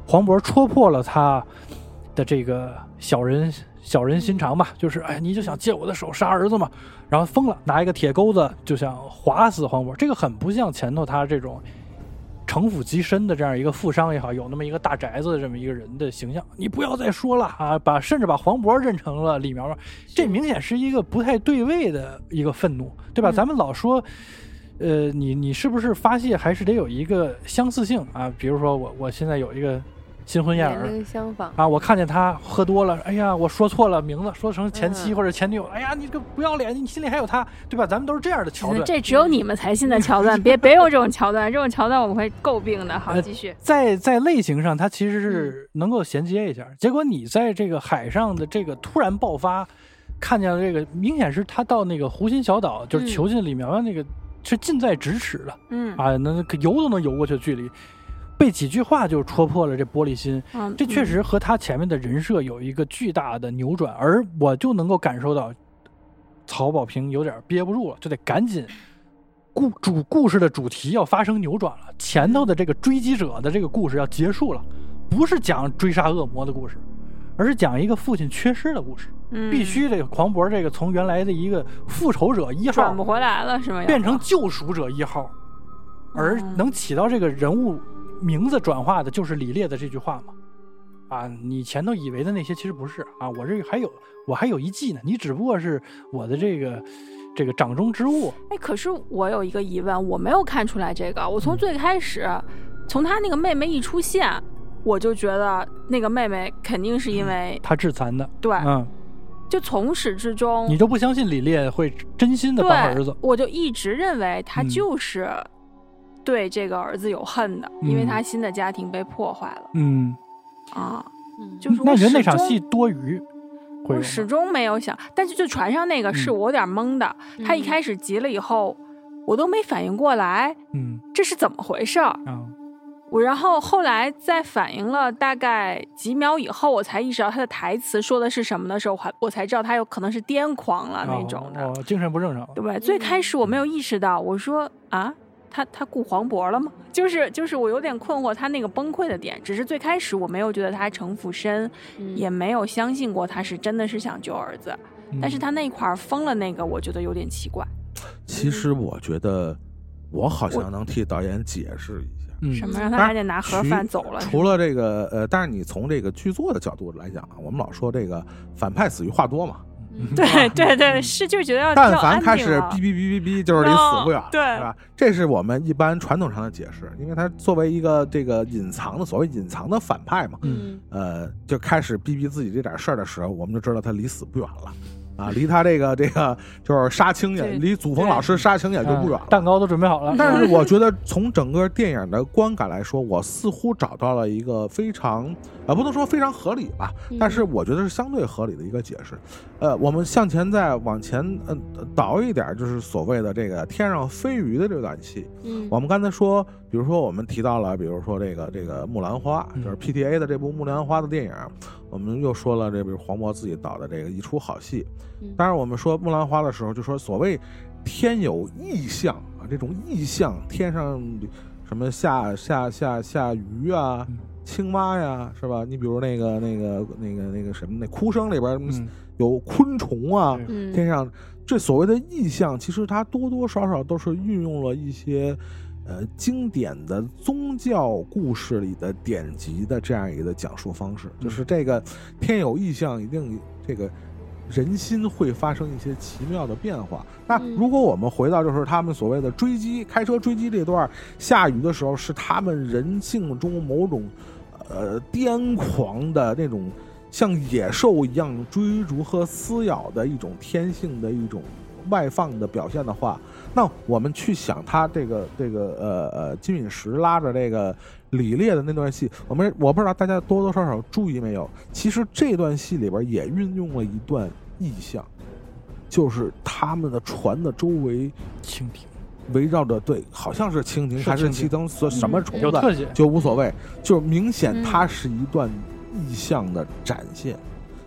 黄渤戳破了他的这个小人小人心肠吧，就是哎，你就想借我的手杀儿子嘛，然后疯了，拿一个铁钩子就想划死黄渤。这个很不像前头他这种城府极深的这样一个富商也好，有那么一个大宅子的这么一个人的形象。你不要再说了啊，把甚至把黄渤认成了李苗苗，这明显是一个不太对位的一个愤怒，对吧？嗯、咱们老说。呃，你你是不是发泄还是得有一个相似性啊？比如说我我现在有一个新婚燕尔， 年龄相仿啊，我看见他喝多了，哎呀，我说错了名字，说成前妻或者前女友，嗯、哎呀，你这个不要脸，你心里还有他，对吧？咱们都是这样的桥段， 这只有你们才信的桥段，别别有这种桥段，这种桥段我们会诟病的。好，继续。 呃、在在类型上，它其实是能够衔接一下，嗯、结果你在这个海上的这个突然爆发，看见了这个明显是他到那个湖心小岛，就是囚禁李苗苗那个。嗯是近在咫尺的，嗯啊，那游都能游过去的距离，被几句话就戳破了这玻璃心，嗯、这确实和他前面的人设有一个巨大的扭转，而我就能够感受到曹保平有点憋不住了，就得赶紧故主故事的主题要发生扭转了，前头的这个追击者的这个故事要结束了，不是讲追杀恶魔的故事，而是讲一个父亲缺失的故事。嗯、必须这个黄渤这个从原来的一个复仇者一号转不回来了，是吗？ 变成救赎者一号，而能起到这个人物名字转化的就是李烈的这句话嘛？啊，你前头以为的那些其实不是啊，我这还有我还有一技呢，你只不过是我的这个这个掌中之物。 哎，可是我有一个疑问，我没有看出来这个，我从最开始、嗯、从他那个妹妹一出现，我就觉得那个妹妹肯定是因为、 嗯、他致残的， 对， 嗯。 就从始至终你都不相信李烈会真心的帮儿子， 我就一直认为他就是对这个儿子有恨的、嗯、因为他新的家庭被破坏了。 嗯啊，就是那你觉得那场戏多余？ 我始终没有想，但是就船上那个是我有点懵的、嗯、他一开始急了以后我都没反应过来，嗯，这是怎么回事儿、嗯我然后后来在反应了大概几秒以后，我才意识到他的台词说的是什么的时候，我才知道他有可能是癫狂了那种的， 哦哦、精神不正常， 对吧？最开始我没有意识到，我说啊，他他顾黄渤了吗？就是就是我有点困惑，他那个崩溃的点，只是最开始我没有觉得他城府深、嗯，也没有相信过他是真的是想救儿子，嗯、但是他那块疯了那个，我觉得有点奇怪。 其实我觉得我好像能替导演解释一下。 嗯、 什么让他还得拿盒饭走了？ 除了这个呃，但是你从这个剧作的角度来讲啊，我们老说这个反派死于话多嘛。 嗯、对对对，是就觉得要但凡开始哔哔哔哔哔，就是离死不远， 对， 是吧？这是我们一般传统上的解释，因为他作为一个这个隐藏的所谓隐藏的反派嘛，嗯，呃，就开始逼逼自己这点事儿的时候，我们就知道他离死不远了。啊，离他这个这个就是杀青眼，离祖峰老师杀青眼就不远了、 嗯，蛋糕都准备好了。 但是我觉得从整个电影的观感来说，我似乎找到了一个非常呃不能说非常合理吧，但是我觉得是相对合理的一个解释。呃，我们向前再往前呃倒一点，就是所谓的这个天上飞鱼的这段戏。嗯，我们刚才说，比如说我们提到了，比如说这个这个木兰花，就是 P T A 的这部木兰花的电影。我们又说了，这比如黄渤自己导的这个一出好戏。当然，我们说木兰花的时候，就说所谓天有异象啊，这种异象，天上什么下下下下鱼啊、青蛙呀，是吧？你比如那个那个那个那个什么，那哭声里边有昆虫啊，嗯、天上这所谓的异象，其实它多多少少都是运用了一些。呃，经典的宗教故事里的典籍的这样一个讲述方式，就是这个天有异象，一定这个人心会发生一些奇妙的变化。那如果我们回到就是他们所谓的追击，开车追击这段，下雨的时候是他们人性中某种呃癫狂的那种像野兽一样追逐和撕咬的一种天性的一种外放的表现的话，那我们去想他这个这个呃呃金敏石拉着这个李烈的那段戏，我们我不知道大家多多少少注意没有，其实这段戏里边也运用了一段意象，就是他们的船的周围蜻蜓围绕着，对，好像是蜻蜓还是其中什么虫子、 嗯、 就无所谓，就明显它是一段意象的展现。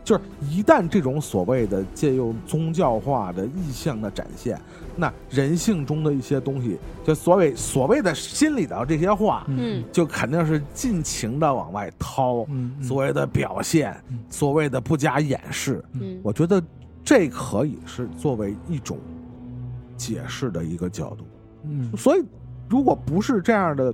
就是一旦这种所谓的借用宗教化的意象的展现，那人性中的一些东西，就所谓所谓的心里的这些话， 嗯， 就肯定是尽情的往外掏， 嗯， 所谓的表现， 嗯， 所谓的不加掩饰， 嗯， 我觉得这可以是作为一种解释的一个角度。 嗯， 所以如果不是这样的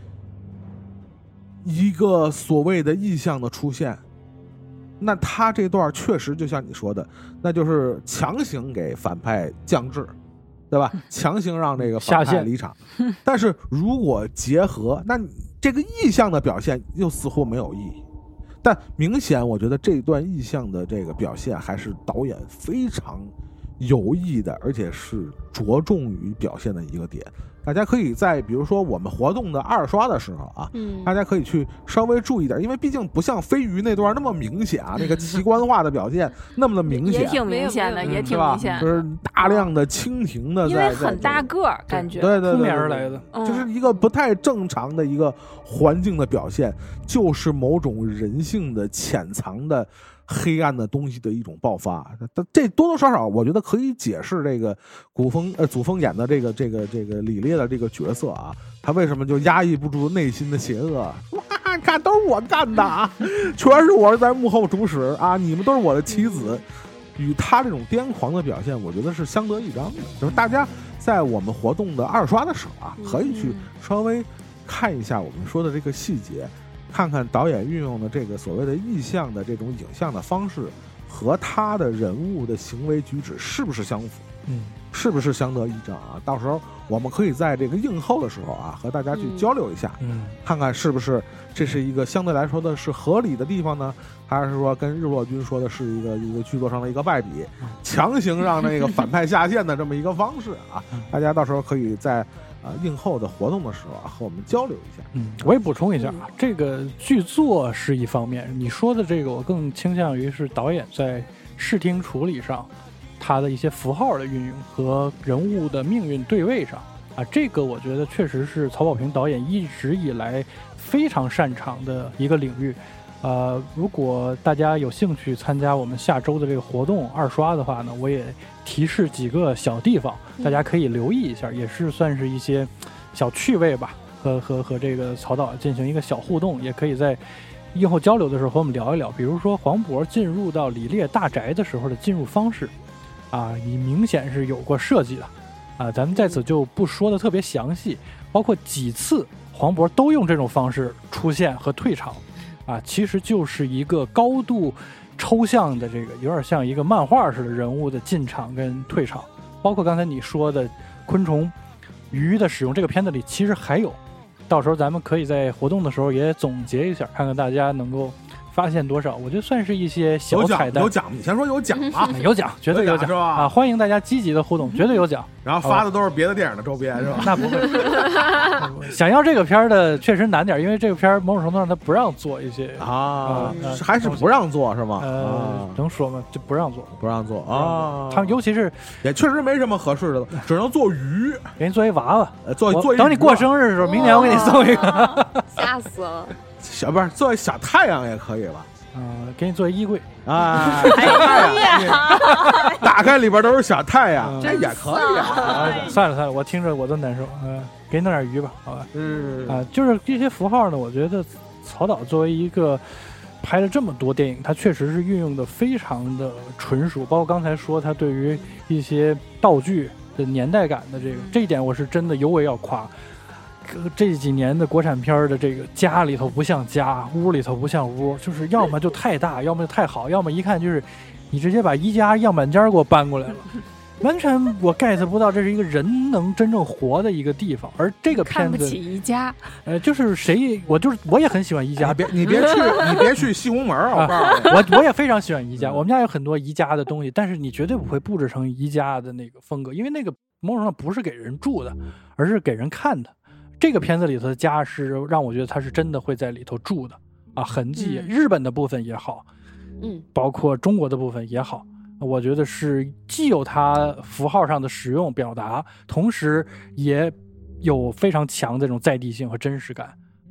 一个所谓的意象的出现，那他这段确实就像你说的，那就是强行给反派降智，对吧？强行让这个反派离场。但是如果结合，那这个意象的表现又似乎没有意义。但明显我觉得这段意象的这个表现还是导演非常有意的，而且是着重于表现的一个点。大家可以在比如说我们活动的二刷的时候啊， 嗯， 大家可以去稍微注意点，因为毕竟不像飞鱼那段那么明显啊，那个奇观化的表现那么的明显， 也挺明显的， 没有没有也挺明显， 就是大量的蜻蜓的在， 因为很大个儿，感觉对对对， 扑面而来的， 嗯就是一个不太正常的一个环境的表现，就是某种人性的潜藏的黑暗的东西的一种爆发。这多多少少我觉得可以解释这个古风呃祖峰演的这个这个这个李烈的这个角色啊，他为什么就压抑不住内心的邪恶？哇，看都是我干的啊，全是我在幕后主使啊，你们都是我的棋子。与他这种癫狂的表现，我觉得是相得益彰的。就是大家在我们活动的二刷的时候啊，可以去稍微看一下我们说的这个细节，看看导演运用的这个所谓的意象的这种影像的方式和他的人物的行为举止是不是相符， 嗯， 是不是相得益彰啊？到时候我们可以在这个映后的时候啊，和大家去交流一下， 嗯， 看看是不是这是一个相对来说的是合理的地方呢，还是说跟日落君说的是一个一个剧作上的一个败笔，强行让那个反派下线的这么一个方式啊？大家到时候可以在啊映后的活动的时候啊和我们交流一下。 嗯，我也补充一下啊，这个剧作是一方面，你说的这个我更倾向于是导演在视听处理上，他的一些符号的运用和人物的命运对位上啊，这个我觉得确实是曹保平导演一直以来非常擅长的一个领域。呃，如果大家有兴趣参加我们下周的这个活动二刷的话呢，我也提示几个小地方，大家可以留意一下，也是算是一些小趣味吧，和和和这个曹导进行一个小互动，也可以在映后交流的时候和我们聊一聊。比如说黄渤进入到李烈大宅的时候的进入方式，啊，你明显是有过设计的，啊，咱们在此就不说的特别详细，包括几次黄渤都用这种方式出现和退场。啊，其实就是一个高度抽象的这个，有点像一个漫画似的人物的进场跟退场，包括刚才你说的昆虫、鱼的使用，这个片子里其实还有，到时候咱们可以在活动的时候也总结一下，看看大家能够发现多少。我觉得算是一些小彩蛋， 有奖，你先说有奖啊， 有奖，绝对有奖是吧？ 啊，欢迎大家积极的互动，绝对有奖。 然后发的都是别的电影的周边，是吧？ 那不会。想要这个片儿的确实难点，因为这个片儿某种程度上它不让做一些啊， 呃、 还是不让做是吗？ 呃， 啊、 能说吗？就不让做， 不让做啊。 他们尤其是也确实没什么合适的，只能做鱼， 给你做一娃娃， 呃，做做一等你过生日的时候，明年我给你送一个。 吓死了！ 小不是做小太阳也可以吧？ 嗯、呃，给你做衣柜啊，太阳，打开里边都是小太阳，这也可以啊。 啊算了算了，我听着我都难受。嗯、呃，给你弄点鱼吧，好吧。 嗯啊、呃，就是这些符号呢，我觉得曹导作为一个拍了这么多电影，他确实是运用的非常的纯熟，包括刚才说他对于一些道具的年代感的这个这一点，我是真的尤为要夸。这几年的国产片的这个家里头不像家，屋里头不像屋，就是要么就太大，要么就太好，要么一看就是你直接把宜家样板间给我搬过来了，完全我 get 不到这是一个人能真正活的一个地方。而这个片子看不起宜家， 呃，就是谁，我就是我也很喜欢宜家， 你别你别去你别去西红门，我告诉你， 啊、我我也非常喜欢宜家，我们家有很多宜家的东西，但是你绝对不会布置成宜家的那个风格，因为那个某种上不是给人住的，而是给人看的。这个片子里头的家是让我觉得他是真的会在里头住的啊，痕迹， 嗯、 日本的部分也好， 嗯， 包括中国的部分也好，我觉得是既有它符号上的使用表达，同时也有非常强的这种在地性和真实感。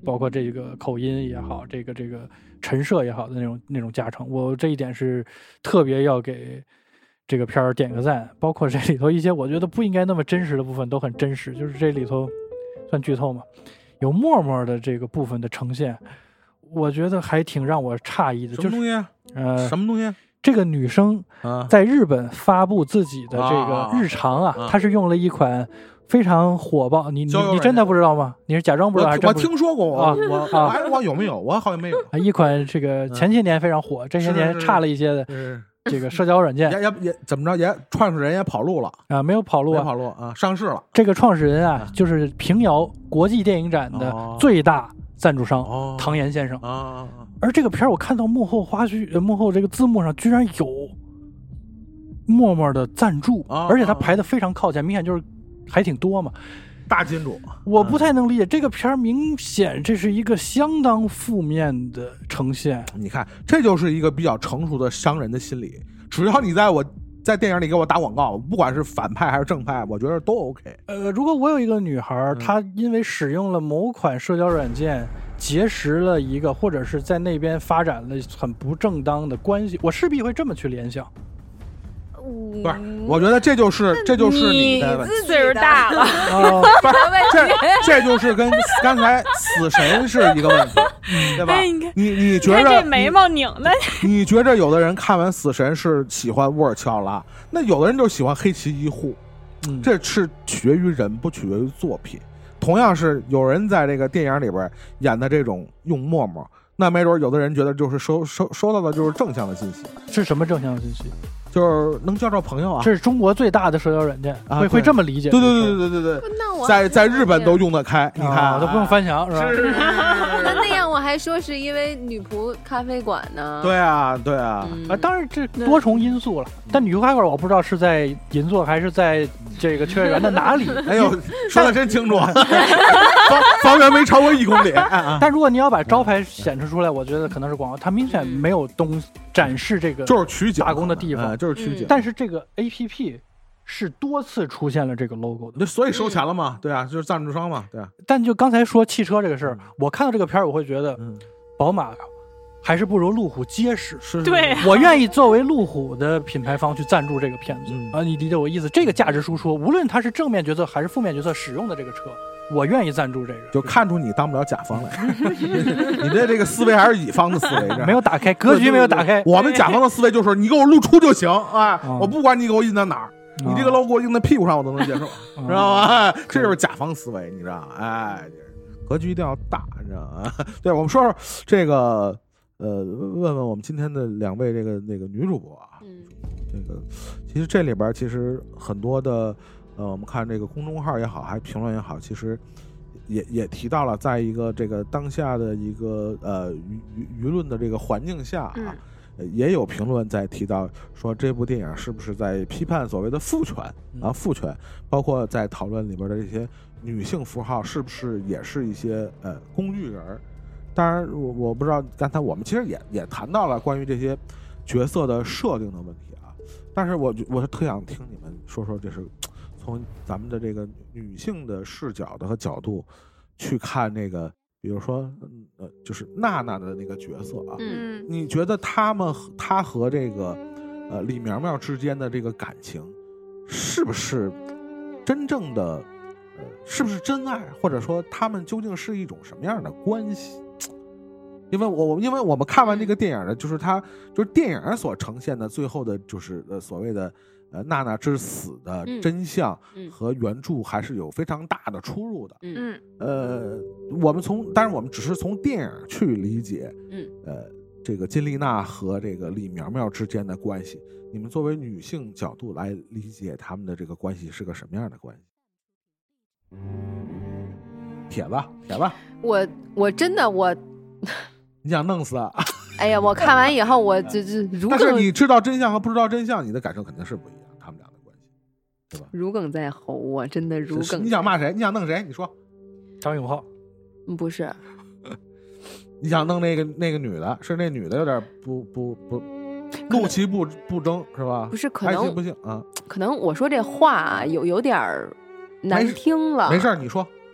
包括这个口音也好，这个这个陈设也好的那种那种加成，我这一点是特别要给这个片儿点个赞。包括这里头一些我觉得不应该那么真实的部分都很真实，就是这里头算剧透嘛，有默默的这个部分的呈现，我觉得还挺让我诧异的。 什么东西？ 就是呃， 什么东西？ 这个女生在日本发布自己的这个日常啊， 啊她是用了一款非常火爆，你你你真的不知道吗？你是假装不知道还是真我不知道？ 听说过，我啊我啊哎，我有没有？我好像没有。 啊，一款这个前些年非常火，这些年差了一些的是这个社交软件也也也怎么着？也创始人也跑路了啊，没有跑路没啊， 跑路啊，上市了。 这个创始人啊，就是平遥国际电影展的哦最大赞助商哦唐岩先生。 啊啊啊！ 而这个片儿我看到幕后花絮、呃幕后这个字幕上居然有默默的赞助， 啊而且他排的非常靠前，明显就是还挺多嘛。 大金主， 我不太能理解这个片儿，明显这是一个相当负面的呈现。 你看，这就是一个比较成熟的商人的心理。只要你在我在电影里给我打广告，不管是反派还是正派，我觉得都 OK。 呃，如果我有一个女孩， 嗯她因为使用了某款社交软件，结识了一个，或者是在那边发展了很不正当的关系，我势必会这么去联想。 不是，我觉得这就是这就是你的问题。 岁数大了， 哦， 不是这这就是跟刚才死神是一个问题，对吧？ 哎你看你你觉看着这眉毛拧的， 你你觉着有的人看完死神是喜欢沃尔乔拉，那有的人就喜欢黑崎一护， 嗯， 这是取决于人，不取决于作品。同样是有人在这个电影里边演的这种用陌陌，那没准有的人觉得就是收收收到的就是正向的信息， 是什么正向信息？ 就是能交着朋友啊。 这是中国最大的社交软件， 啊对会会这么理解？ 对对对对对对对， 那我在在日本都用得开，你看、 啊，都不用翻墙是吧？ 是那那样我还说是因为女仆咖啡馆呢。 对啊对啊， 嗯啊，当然这多重因素了。但女仆咖啡馆我不知道是在银座还是在这个秋叶原的哪里。 哎呦，说的真清楚，方方圆没超过一公里。啊但如果你要把招牌显示出来，我觉得可能是广告，它明显没有东展示这个就是取景打工的地方哎就是取景。 但是这个 A P P 是多次出现了这个 logo 的。 那所以收钱了嘛？对啊，就是赞助商嘛，对啊。 但就刚才说汽车这个事儿，我看到这个片儿，我会觉得嗯， 宝马还是不如路虎结实。 是， 对啊我愿意作为路虎的品牌方去赞助这个片子、 嗯啊，你理解我意思？这个价值输出，无论它是正面角色还是负面角色使用的这个车，我愿意赞助这个。 就看出你当不了甲方来，你的这个思维还是乙方的思维， 没有打开格局，没有打开。 我们甲方的思维就是你给我露出就行，哎， 嗯我不管你给我印在哪儿，你这个 logo 印在屁股上我都能接受， 嗯知道吗？哎这就是甲方思维，你知道吗？哎，格局一定要大，你知道吗？对，我们说说这个，呃，问问我们今天的两位这个那个女主播啊， 嗯这个其实这里边其实很多的，呃，我们看这个公众号也好，还是评论也好，其实也也提到了，在一个这个当下的一个呃舆舆舆论的这个环境下啊。 嗯呃也有评论在提到说这部电影是不是在批判所谓的父权啊，父权，包括在讨论里边的这些女性符号是不是也是一些呃工具人儿。当然我我不知道，刚才我们其实也也谈到了关于这些角色的设定的问题啊，但是我我是特想听你们说说，这是从咱们的这个女性的视角的和角度去看那个，比如说呃就是娜娜的那个角色啊， 嗯你觉得他们和他和这个呃李苗苗之间的这个感情，是不是真正的呃是不是真爱，或者说他们究竟是一种什么样的关系？因为我因为我们看完这个电影呢，就是他就是电影所呈现的最后的就是呃所谓的呃娜娜之死的真相和原著还是有非常大的出入的。 嗯呃，我们从当然我们只是从电影去理解， 嗯呃。这个金丽娜和这个李苗苗之间的关系，你们作为女性角度来理解他们的这个关系是个什么样的关系？铁子，铁子， 我我真的我， 你想弄死啊？ 哎呀，我看完以后我就就如但是鲠你知道真相和不知道真相，你的感受肯定是不一样，他们俩的关系，对吧？ 如鲠在喉，我真的如鲠。 你想骂谁？你想弄谁？你说。 张永浩不是？ 你想弄那个那个女的，是那女的有点不不不怒其不不争是吧？ 不是，可能爱其不幸啊。 可能我说这话啊有有点儿难听了。 没事儿，你说。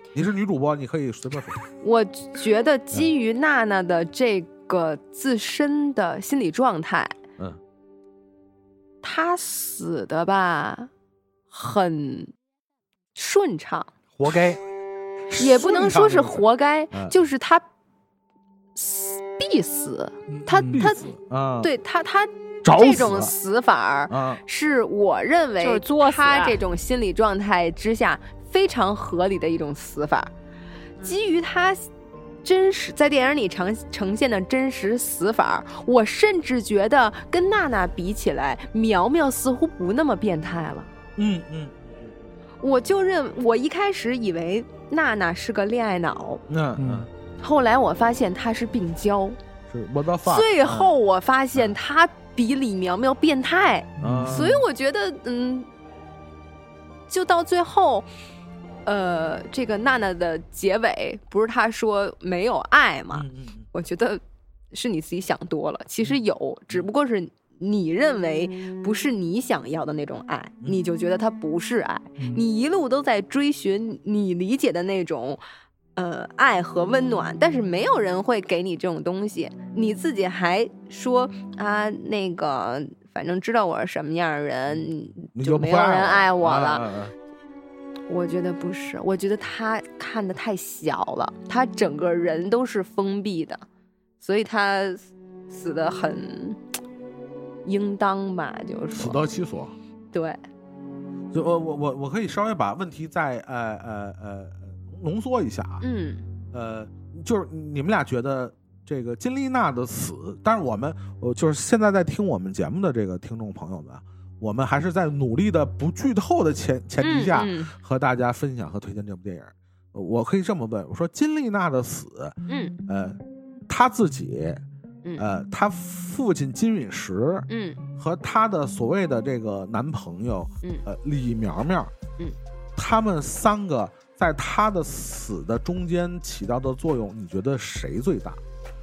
你是女主播，你可以随便说。 我觉得基于娜娜的这个自身的心理状态， 嗯， 她死的吧很顺畅， 活该， 也不能说是活该， 嗯、 就是她死必死，她她、 嗯、啊， 对她她。 这这种死法啊， 是我认为他这种心理状态之下非常合理的一种死法。基于他真实在电影里呈呈现的真实死法，我甚至觉得跟娜娜比起来，苗苗似乎不那么变态了。 嗯嗯， 我就认我一开始以为娜娜是个恋爱脑， 嗯嗯， 后来我发现她是病娇， 是我的发， 最后我发现她比李苗苗变态， 嗯、 所以我觉得，嗯，就到最后，呃，这个娜娜的结尾不是她说没有爱吗？ 嗯嗯、 我觉得是你自己想多了，其实有，只不过是你认为不是你想要的那种爱， 嗯、 你就觉得它不是爱，嗯、你一路都在追寻你理解的那种。呃，爱和温暖，但是没有人会给你这种东西，你自己还说啊，那个反正知道我是什么样的人，就没有人爱我了。 啊啊啊、 我觉得不是，我觉得他看得太小了，他整个人都是封闭的，所以他死得很应当吧，就是死得其所。 对， 就我我我我可以稍微把问题再呃呃呃。浓缩一下啊， 嗯， 呃，就是你们俩觉得这个金丽娜的死，但是我们，呃，就是现在在听我们节目的这个听众朋友们，我们还是在努力的不剧透的前前提下， 嗯嗯、 和大家分享和推荐这部电影。我可以这么问，我说金丽娜的死， 嗯， 呃，她自己，呃，她父亲金陨石， 嗯， 和她的所谓的这个男朋友， 嗯， 呃，李苗苗， 嗯， 他们三个。在他的死的中间起到的作用，你觉得谁最大？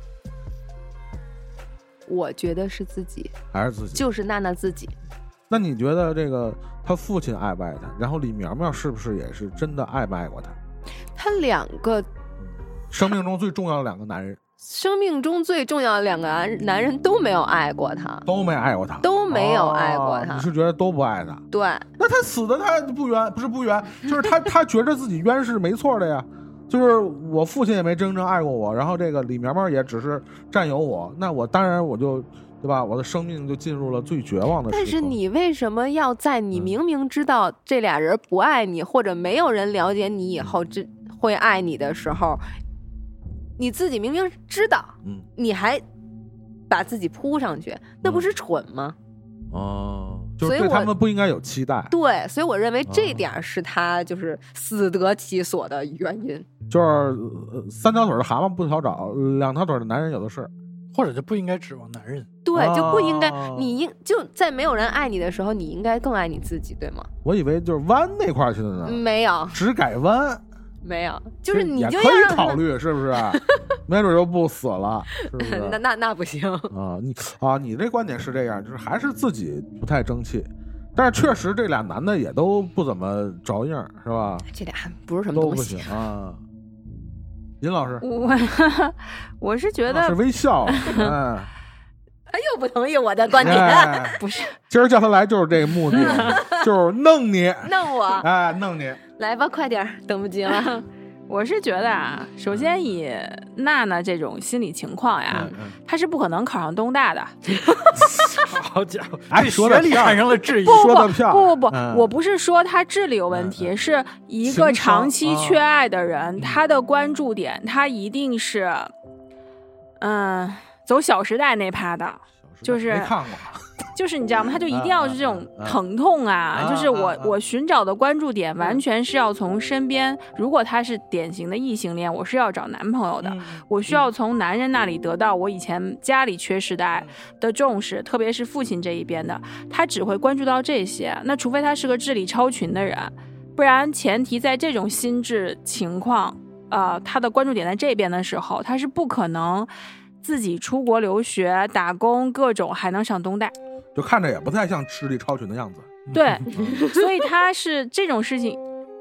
我觉得是自己， 还是自己？ 就是娜娜自己。 那你觉得这个他父亲爱不爱他？然后李苗苗是不是也是真的爱不爱过他？ 他两个生命中最重要的两个男人， 生命中最重要的两个男人都没有爱过他， 都没爱过他， 都没有爱过他。 哦、你是觉得都不爱他？ 对。 那他死的他不冤，不是不冤，就是他他觉得自己冤是没错的呀。就是我父亲也没真正爱过我，然后这个李苗苗也只是占有我，那我当然我就对吧？我的生命就进入了最绝望的时刻。 但是你为什么要在你明明知道这俩人不爱你，嗯、或者没有人了解你以后这会爱你的时候，你自己明明知道， 嗯， 你还把自己扑上去，那不是蠢吗？ 哦，就是对他们不应该有期待。 对，所以我认为这点是他就是死得其所的原因。 就是、呃、三条腿的蛤蟆不好找，两条腿的男人有的是， 或者就不应该指望男人。 对，就不应该，你应就在没有人爱你的时候，你应该更爱你自己，对吗？ 我以为就是弯那块去了呢， 没有， 只改弯。 没有，就是你就也可以考虑，是不是？没准就不死了，是不是？ 那那那不行啊！你啊，你这观点是这样，就是还是自己不太争气，但是确实这俩男的也都不怎么着应，是吧？ 这俩不是什么东西都不行啊。尹老师， 我我是觉得是微笑，嗯。 他又不同意我的观点， 哎、 不是， 今儿叫他来就是这个目的，就是弄你， 弄我， 哎，弄你， 来吧，快点，等不及了。 我是觉得啊，首先以娜娜这种心理情况呀， 嗯嗯、 她是不可能考上东大的。 好家伙， 哎， 说的产生了质疑， 说的漂亮。 不不不， 嗯、 我不是说她智力有问题，嗯、是一个长期缺爱的人，他的关注点，他一定是，嗯。走《小时代》那趴的，就是没看过， 就是你知道吗？他就一定要是这种疼痛啊， 啊啊就是我、 啊啊、 我寻找的关注点完全是要从身边。如果他是典型的异性恋，我是要找男朋友的， 嗯、 我需要从男人那里得到我以前家里缺失的爱的重视，特别是父亲这一边的，他只会关注到这些。那除非他是个智力超群的人，不然前提在这种心智情况，呃，他的关注点在这边的时候，他是不可能。自己出国留学、打工，各种还能上东大， 就看着也不太像智力超群的样子。 对，所以他是这种事情，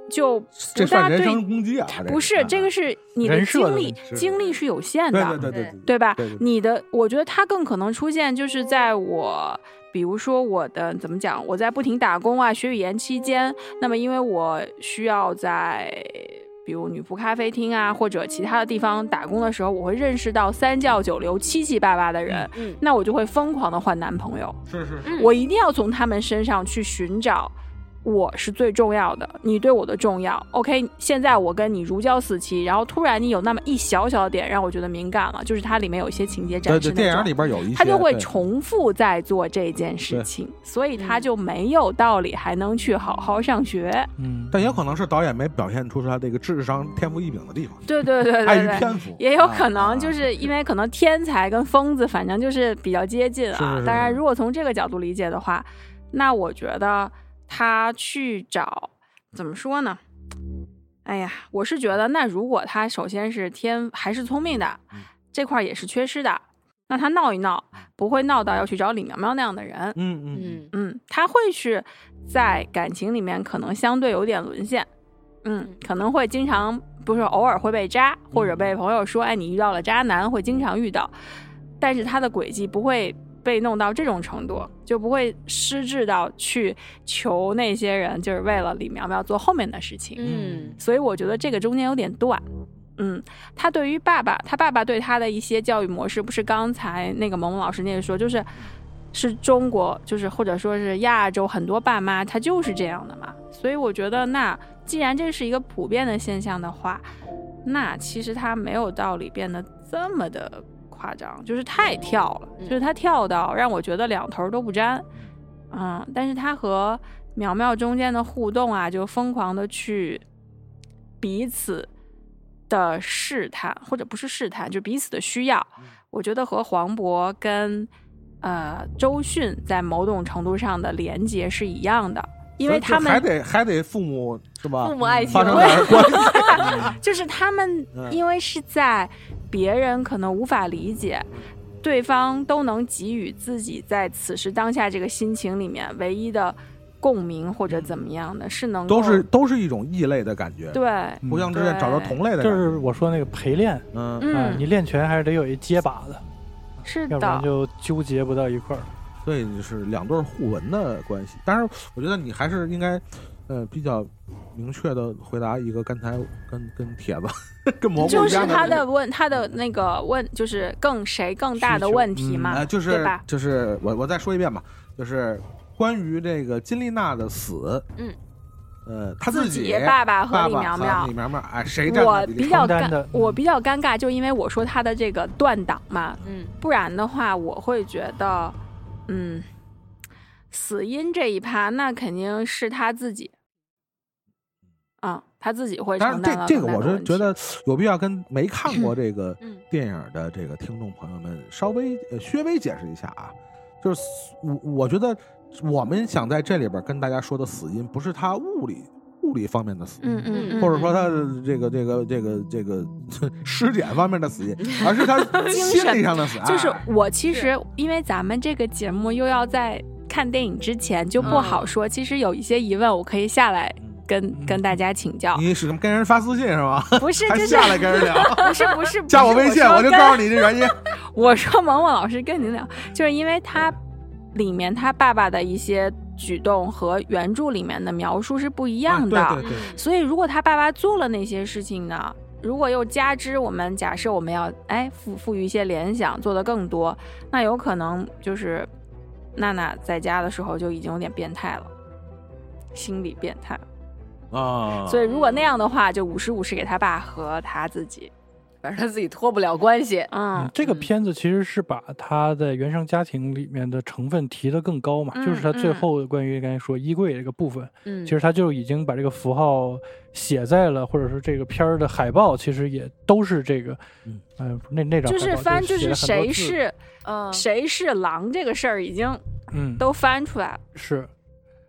就这算人对身攻击啊？ 不是，这个是你的精力，精力是有限的， 对对对对， 对吧？ 对对对你的，我觉得它更可能出现，就是在我，比如说我的怎么讲，我在不停打工啊、学语言期间，那么因为我需要在比如女仆咖啡厅啊或者其他的地方打工的时候，我会认识到三教九流、七七八八的人， 嗯， 那我就会疯狂的换男朋友， 是是， 嗯我一定要从他们身上去寻找。我是最重要的，你对我的重要。OK， 现在我跟你如胶似漆，然后突然你有那么一小小的点让我觉得敏感了，就是它里面有一些情节展示那种， 对对，电影里边有一些， 他就会重复在做这件事情，所以他就没有道理还能去好好上学。 嗯， 但也有可能是导演没表现出他这个智商天赋异禀的地方， 对对对对对， 碍于篇幅， 也有可能啊就是因为可能天才跟疯子反正就是比较接近啊。 是是是当然，如果从这个角度理解的话，那我觉得他去找怎么说呢？哎呀，我是觉得，那如果他首先是天还是聪明的， 嗯这块也是缺失的，那他闹一闹，不会闹到要去找李苗苗那样的人。 嗯嗯嗯嗯，他会是在感情里面可能相对有点沦陷，嗯，可能会经常不是偶尔会被渣，或者被朋友说，哎，你遇到了渣男，会经常遇到，但是他的轨迹不会被弄到这种程度，就不会失智到去求那些人，就是为了李苗苗做后面的事情。 嗯所以我觉得这个中间有点断。嗯，他对于爸爸，他爸爸对他的一些教育模式，不是刚才那个萌萌老师那个说，就是是中国，就是或者说是亚洲很多爸妈他就是这样的嘛。所以我觉得，那既然这是一个普遍的现象的话，那其实他没有道理变得这么的夸张，就是太跳了，就是他跳到让我觉得两头都不沾。嗯，但是他和苗苗中间的互动啊，就疯狂的去彼此的试探，或者不是试探，就彼此的需要。我觉得和黄渤跟呃周迅在某种程度上的连接是一样的，因为他们还得还得父母是吧？ 父母爱情发生点关系， 就是他们因为是在别人可能无法理解，对方都能给予自己在此时当下这个心情里面唯一的共鸣或者怎么样的，是能够都是都是一种异类的感觉， 对， 互相之间找到同类的感觉， 就是我说那个陪练， 嗯嗯啊你练拳还是得有一接把的， 是要不然的， 就纠结不到一块儿。 所以就是两对互文的关系。当然，我觉得你还是应该，呃，比较明确的回答一个刚才跟跟帖子跟蘑菇就一样是他的的问他的那个问，就是更谁更大的问题嘛， 呃，就是对吧？ 就是我我再说一遍吧，就是关于这个金丽娜的死， 嗯， 呃，他自己爸爸和爸爸李苗苗和李苗苗，哎，谁占我的比例比较尴承担的， 我比较尴尬，就因为我说他的这个断档嘛， 嗯不然的话，我会觉得，嗯，死因这一趴，那肯定是他自己，啊、他自己会当然承担了这这个我更大的问题是觉得有必要跟没看过这个嗯电影的这个听众朋友们稍微呃稍微解释一下啊，就是我我觉得我们想在这里边跟大家说的死因，不是他物理物理方面的死因， 嗯嗯嗯， 或者说他的这个这个这个这个尸检方面的死因，而是他心理上的死。 就是哎我其实因为咱们这个节目又要在看电影之前就不好说，其实有一些疑问我可以下来跟跟大家请教。 你是跟人发私信是吧？ 不是，就是还下来跟人聊？ 不是不是， 加我微信，我就告诉你这原因。 我说萌萌老师跟您聊，就是因为他里面他爸爸的一些举动和原著里面的描述是不一样的， 啊对对对， 所以如果他爸爸做了那些事情呢，如果又加之我们假设我们要哎赋赋予一些联想，做的更多，那有可能就是娜娜在家的时候就已经有点变态了，心理变态。 啊， 所以如果那样的话，就五十五十给他爸和他自己。 反正他自己脱不了关系。 嗯嗯，，这个片子其实是把他在原生家庭里面的成分提得更高嘛， 嗯就是他最后关于刚才说衣柜这个部分， 嗯， 其实他就已经把这个符号写在了，或者说这个片儿的海报其实也都是这个， 嗯嗯、那那张就是海报翻就是写了很多字谁是嗯谁是狼这个事儿已经嗯都翻出来了。 是，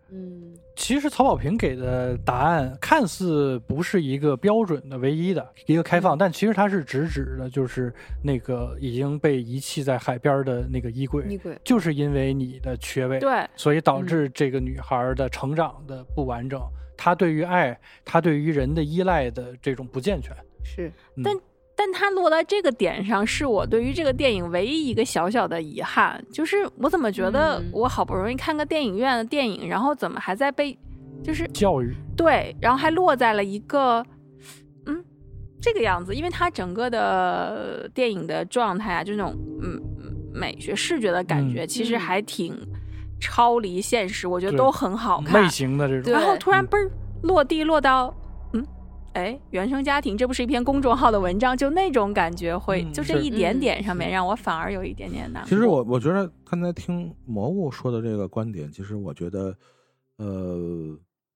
嗯， 其实曹保平给的答案看似不是一个标准的唯一的一个开放，但其实它是直指的就是那个已经被遗弃在海边的那个衣柜， 衣柜就是因为你的缺位， 对， 所以导致这个女孩的成长的不完整，她对于爱，她对于人的依赖的这种不健全。 是， 嗯、 但但它落到这个点上，是我对于这个电影唯一一个小小的遗憾，就是我怎么觉得我好不容易看个电影院的电影，然后怎么还在被就是教育， 对，然后还落在了一个嗯这个样子，因为它整个的电影的状态啊，就那种嗯美学视觉的感觉， 嗯、 其实还挺超离现实，我觉得都很好看， 类型的这种， 然后突然嘣儿落地落到。哎，原生家庭，这不是一篇公众号的文章，就那种感觉会， 嗯、 就这一点点上面，让我反而有一点点难过。 其实我我觉得刚才听蘑菇说的这个观点，其实我觉得，呃，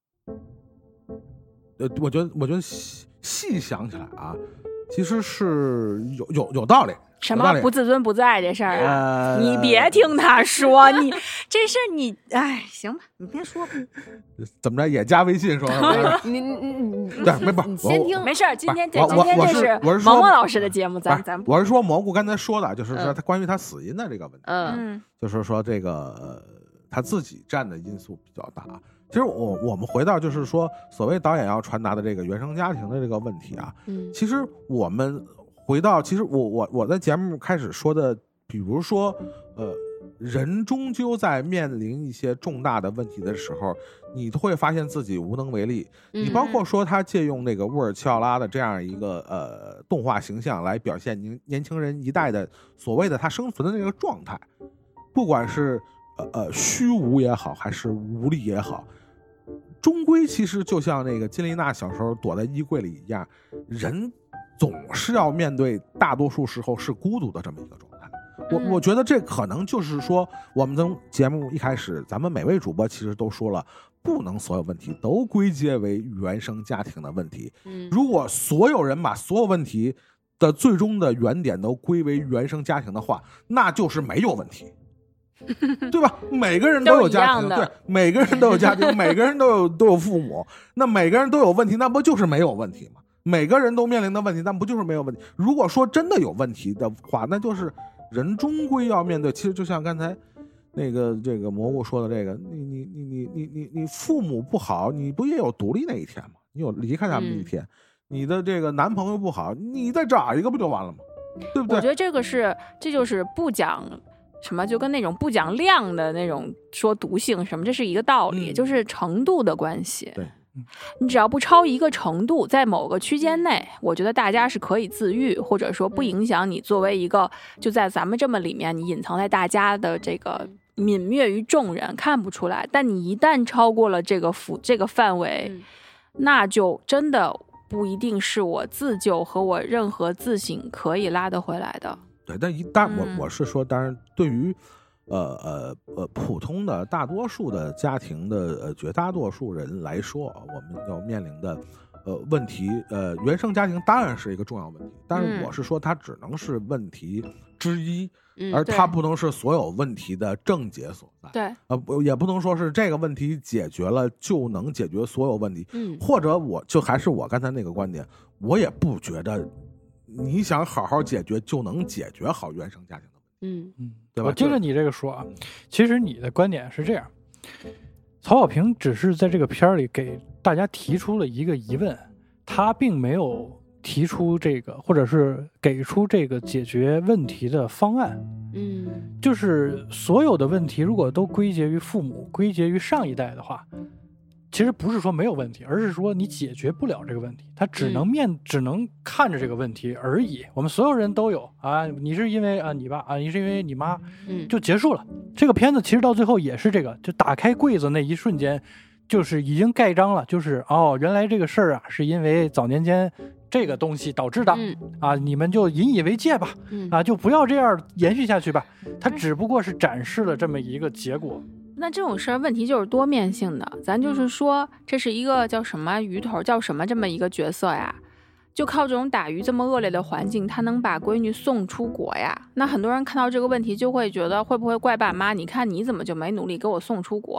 呃，我觉得我觉得细细想起来啊，其实是有有有道理。 什么不自尊不自爱这事儿啊、呃？你别听他说，你这事儿你哎，行吧，你别说吧。 怎么着也加微信说？ 你你你你对，没不， 你先听， 没事儿。今天这今天这是我是毛毛老师的节目，咱咱我是说蘑菇刚才说的，就是说他关于他死因的这个问题， 嗯， 就是说这个、呃、他自己占的因素比较大。其实我我们回到就是说，所谓导演要传达的这个原生家庭的这个问题啊， 嗯， 其实我们。回到，其实我我我在节目开始说的，比如说，呃，人终究在面临一些重大的问题的时候，你会发现自己无能为力。 嗯、 你包括说他借用那个沃尔乔拉的这样一个呃动画形象来表现年年轻人一代的所谓的他生存的那个状态，不管是呃呃虚无也好，还是无力也好，终归其实就像那个金丽娜小时候躲在衣柜里一样，人。总是要面对大多数时候是孤独的这么一个状态，我我觉得这可能就是说，我们从节目一开始，咱们每位主播其实都说了，不能所有问题都归结为原生家庭的问题。如果所有人把所有问题的最终的原点都归为原生家庭的话，那就是没有问题，对吧？每个人都有家庭，对，每个人都有家庭，每个人都有都有父母，那每个人都有问题，那不就是没有问题吗？每个人都面临的问题，但不就是没有问题？如果说真的有问题的话，那就是人终归要面对。其实就像刚才那个这个蘑菇说的这个，你你你你你你你父母不好，你不也有独立那一天吗？你有离开他们那一天，嗯、你的这个男朋友不好，你再找一个不就完了吗？对不对？ 我觉得这个是，这就是不讲什么，就跟那种不讲量的那种说毒性什么，这是一个道理，嗯、就是程度的关系。 对。 你只要不超一个程度，在某个区间内，我觉得大家是可以自愈，或者说不影响你作为一个就在咱们这么里面，你隐藏在大家的这个泯灭于众人看不出来。但你一旦超过了这个幅这个范围， 嗯、 那就真的不一定是我自救和我任何自省可以拉得回来的。 对，但一旦我、嗯、我是说，当然对于。呃呃呃，普通的大多数的家庭的呃绝大多数人来说，我们要面临的呃问题，呃，原生家庭当然是一个重要问题，但是我是说它只能是问题之一， 嗯、 而它不能是所有问题的症结所在。 对， 呃，也不能说是这个问题解决了就能解决所有问题。 嗯， 或者我就还是我刚才那个观点，我也不觉得你想好好解决就能解决好原生家庭的问题。 嗯嗯， 对吧？ 我接着你这个说啊，其实你的观点是这样，曹保平只是在这个片儿里给大家提出了一个疑问，他并没有提出这个，或者是给出这个解决问题的方案。 嗯， 就是所有的问题如果都归结于父母，归结于上一代的话，其实不是说没有问题，而是说你解决不了这个问题，他只能面、嗯、只能看着这个问题而已。我们所有人都有啊，你是因为啊你爸啊，你是因为你妈， 嗯， 就结束了。这个片子其实到最后也是这个，就打开柜子那一瞬间，就是已经盖章了，就是哦，原来这个事儿啊是因为早年间这个东西导致的、 嗯、 啊，你们就引以为戒吧， 嗯、 啊，就不要这样延续下去吧。它只不过是展示了这么一个结果。 那这种事儿问题就是多面性的，咱就是说这是一个叫什么鱼头叫什么这么一个角色呀，就靠这种打鱼这么恶劣的环境，他能把闺女送出国呀。那很多人看到这个问题就会觉得会不会怪爸妈，你看你怎么就没努力给我送出国，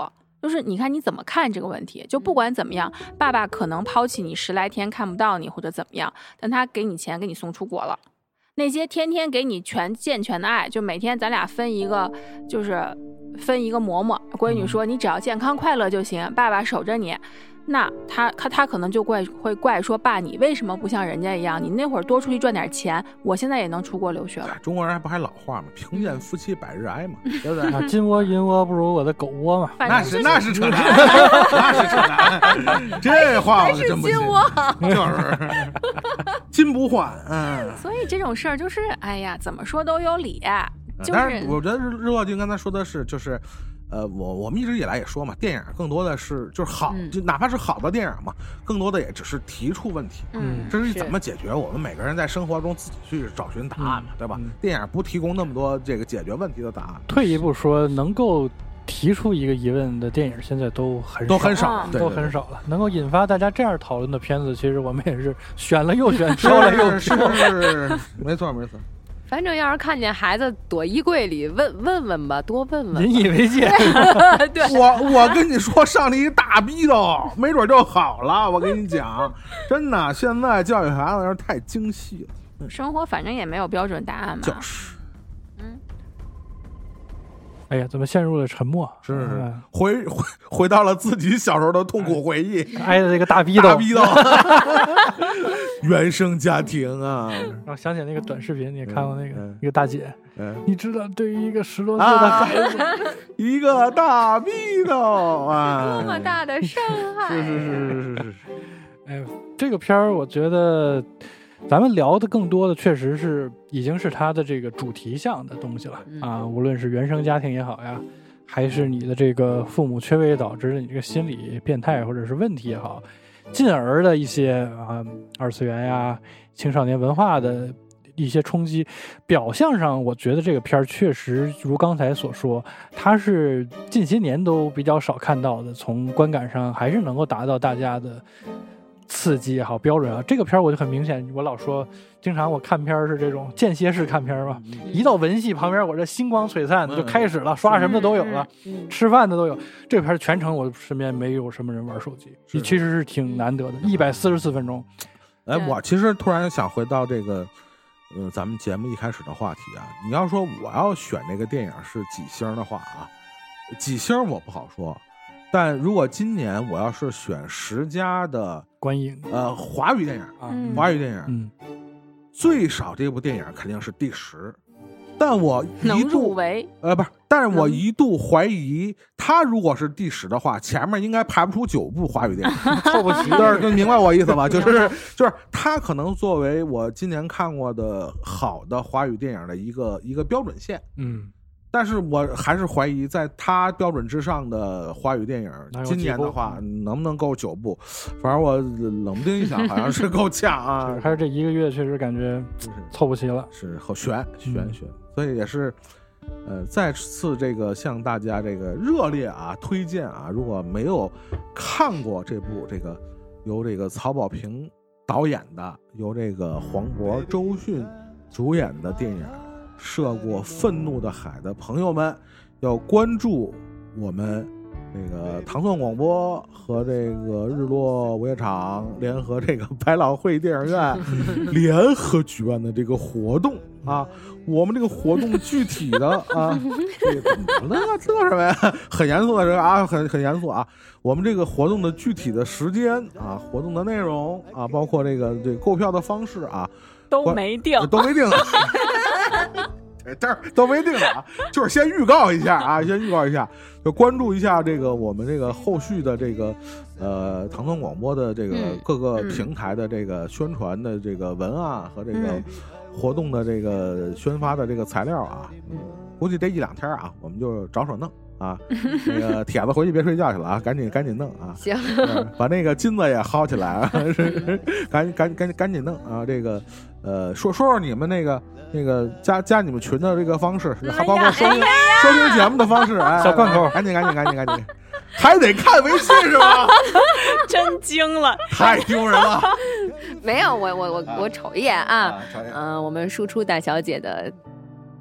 就是你看你怎么看这个问题，就不管怎么样，爸爸可能抛弃你十来天看不到你或者怎么样，但他给你钱给你送出国了。那些天天给你全健全的爱，就每天咱俩分一个，就是分一个馍馍，闺女说你只要健康快乐就行，爸爸守着你。那他他他可能就怪会怪说，爸你为什么不像人家一样，你那会儿多出去赚点钱，我现在也能出国留学了。 中国人还不还老话吗？贫贱夫妻百日哀嘛，对不对？ 啊，金窝银窝不如我的狗窝嘛。 那是那是扯淡，那是扯淡。这话我真不信。就是金不换，嗯。 所以这种事儿就是，哎呀，怎么说都有理。就是， 但是我觉得日日落君刚才说的是，就是。呃，我我们一直以来也说嘛，电影更多的是就是好，嗯、就哪怕是好的电影嘛，更多的也只是提出问题， 嗯， 至于怎么解决，我们每个人在生活中自己去找寻答案嘛，嗯、对吧？嗯、电影不提供那么多这个解决问题的答案。 退一步说，能够提出一个疑问的电影现在都很少都很少， 都很少了。能够引发大家这样讨论的片子，其实我们也是选了又选，挑了又挑， 是没错没错。 反正要是看见孩子躲衣柜里，问问问吧，多问问。 引以为戒。 对， 我我跟你说，上了一大逼斗，没准就好了。我跟你讲，真的，现在教育孩子太精细了。 生活反正也没有标准答案嘛。 就是。 嗯。 哎呀，怎么陷入了沉默？ 是是是，回回回到了自己小时候的痛苦回忆， 挨的这个大逼斗， 大逼斗。原生家庭啊， 然后想起那个短视频，你也看过那个、嗯、一个大姐， 嗯， 你知道对于一个十多岁的孩子，啊、 一个大逼斗啊， 多么大的伤害！ 是是是是是是。 哎，这个片儿我觉得咱们聊的更多的确实是已经是它的这个主题项的东西了、嗯、啊，无论是原生家庭也好呀，还是你的这个父母缺位导致的你这个心理变态或者是问题也好。进而的一些啊二次元呀、青少年文化的一些冲击，表象上我觉得这个片儿确实如刚才所说，它是近些年都比较少看到的，从观感上还是能够达到大家的刺激也好、标准啊。这个片儿我就很明显，我老说，经常我看片儿是这种间歇式看片儿嘛，一到文戏旁边，我这星光璀璨就开始了，刷什么的都有了，吃饭的都有。这个片儿全程我身边没有什么人玩手机，其实是挺难得的，一百四十四分钟。 哎，我其实突然想回到这个，呃，咱们节目一开始的话题啊，你要说我要选这个电影是几星的话啊，几星我不好说。但如果今年我要是选十佳的观影， 呃，华语电影啊，嗯、华语电影， 嗯， 最少这部电影肯定是第十。但我一度呃不是，但是我一度怀疑，他如果是第十的话，前面应该排不出九部华语电影， 凑不齐。 但是明白我意思吧？就是就是他可能作为我今年看过的好的华语电影的一个一个标准线， 嗯。 但是我还是怀疑，在他标准之上的华语电影，今年的话能不能够九部？反正我冷不丁一想，好像是够呛啊。 还是这一个月确实感觉凑不齐了， 是好悬悬悬，所以也是，呃，再次这个向大家这个热烈啊推荐啊，如果没有看过这部这个由这个曹保平导演的，由这个黄渤、周迅主演的电影。涉过愤怒的海的朋友们，要关注我们这个唐宋广播和这个日落午夜场联合这个百老汇电影院联合举办的这个活动啊！我们这个活动具体的啊，这个怎么了？这什么呀？很严肃的这个啊，很很严肃啊！我们这个活动的具体的时间啊，活动的内容啊，包括这个这个购票的方式啊， 都没定， 都没定。这儿都没定啊，就是先预告一下啊，先预告一下，就关注一下这个我们这个后续的这个呃唐宋广播的这个各个平台的这个宣传的这个文案和这个活动的这个宣发的这个材料啊，嗯、估计这一两天啊，我们就着手弄。啊，那个帖子回去别睡觉去了啊，赶紧赶紧弄啊！ 行、 嗯，把那个金子也薅起来啊，赶紧赶紧赶紧赶紧弄啊！这个呃，说说说你们那个那个加加你们群的这个方式，还包括收听、哎、收听节目的方式，哎， 小罐头， 赶紧赶紧赶紧赶紧，还得看微信是吧？ 真惊了， 太丢人了。 没有，我我我我瞅一眼啊，嗯、啊呃，我们输出大小姐的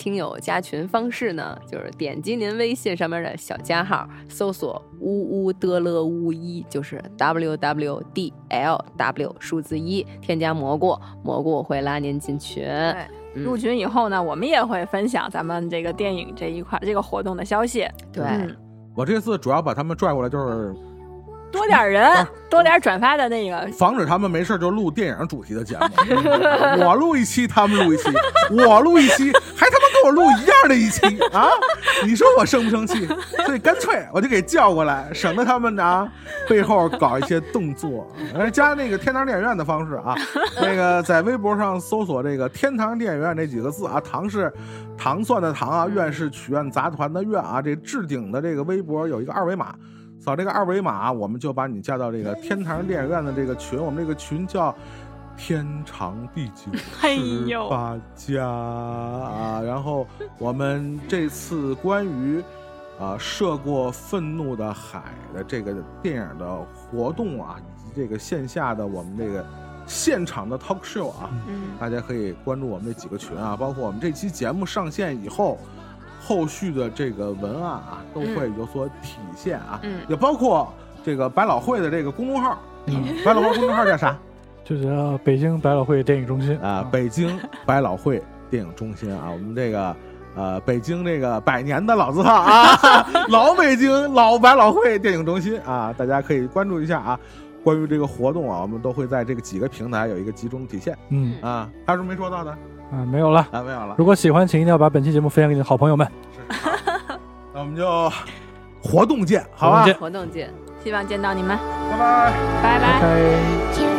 听友加群方式呢，就是点击您微信上面的小加号，搜索呜呜的了呜一，就是 W W D L W 数字一，添加蘑菇，蘑菇会拉您进群。 对，入群以后呢，我们也会分享咱们这个电影这一块这个活动的消息。 对、 嗯， 我这次主要把他们拽过来，就是多点人，多点转发的那个， 防止他们没事就录电影主题的节目。我录一期，他们录一期，我录一期，还他妈跟我录一样的一期啊！你说我生不生气？所以干脆我就给叫过来，省得他们啊背后搞一些动作。加那个天堂电影院的方式啊，那个在微博上搜索这个天堂电影院这几个字啊，糖是糖蒜的糖啊，院是曲苑杂团的院啊，这置顶的这个微博有一个二维码。扫这个二维码，我们就把你加到这个天堂电影院的这个群，我们这个群叫天长地久十八家啊。然后我们这次关于啊涉过愤怒的海的这个电影的活动啊，以及这个线下的我们这个现场的 talk show 啊， 嗯， 大家可以关注我们这几个群啊，包括我们这期节目上线以后。后续的这个文案啊，都会有所体现啊， 嗯， 也包括这个百老汇的这个公众号，嗯，百老汇公众号叫啥？ 就叫北京百老汇电影中心啊，北京百老汇电影中心啊，我们这个呃北京这个百年的老字号啊，老北京老百老汇电影中心啊，大家可以关注一下啊。关于这个活动啊，我们都会在这个几个平台有一个集中体现。 嗯啊，还有什么没说到的？ 啊，没有了啊，没有了。 如果喜欢，请一定要把本期节目分享给你的好朋友们。 是，好，那我们就活动见，好吧？ 活动见， 希望见到你们， 拜拜， 拜拜。 拜拜。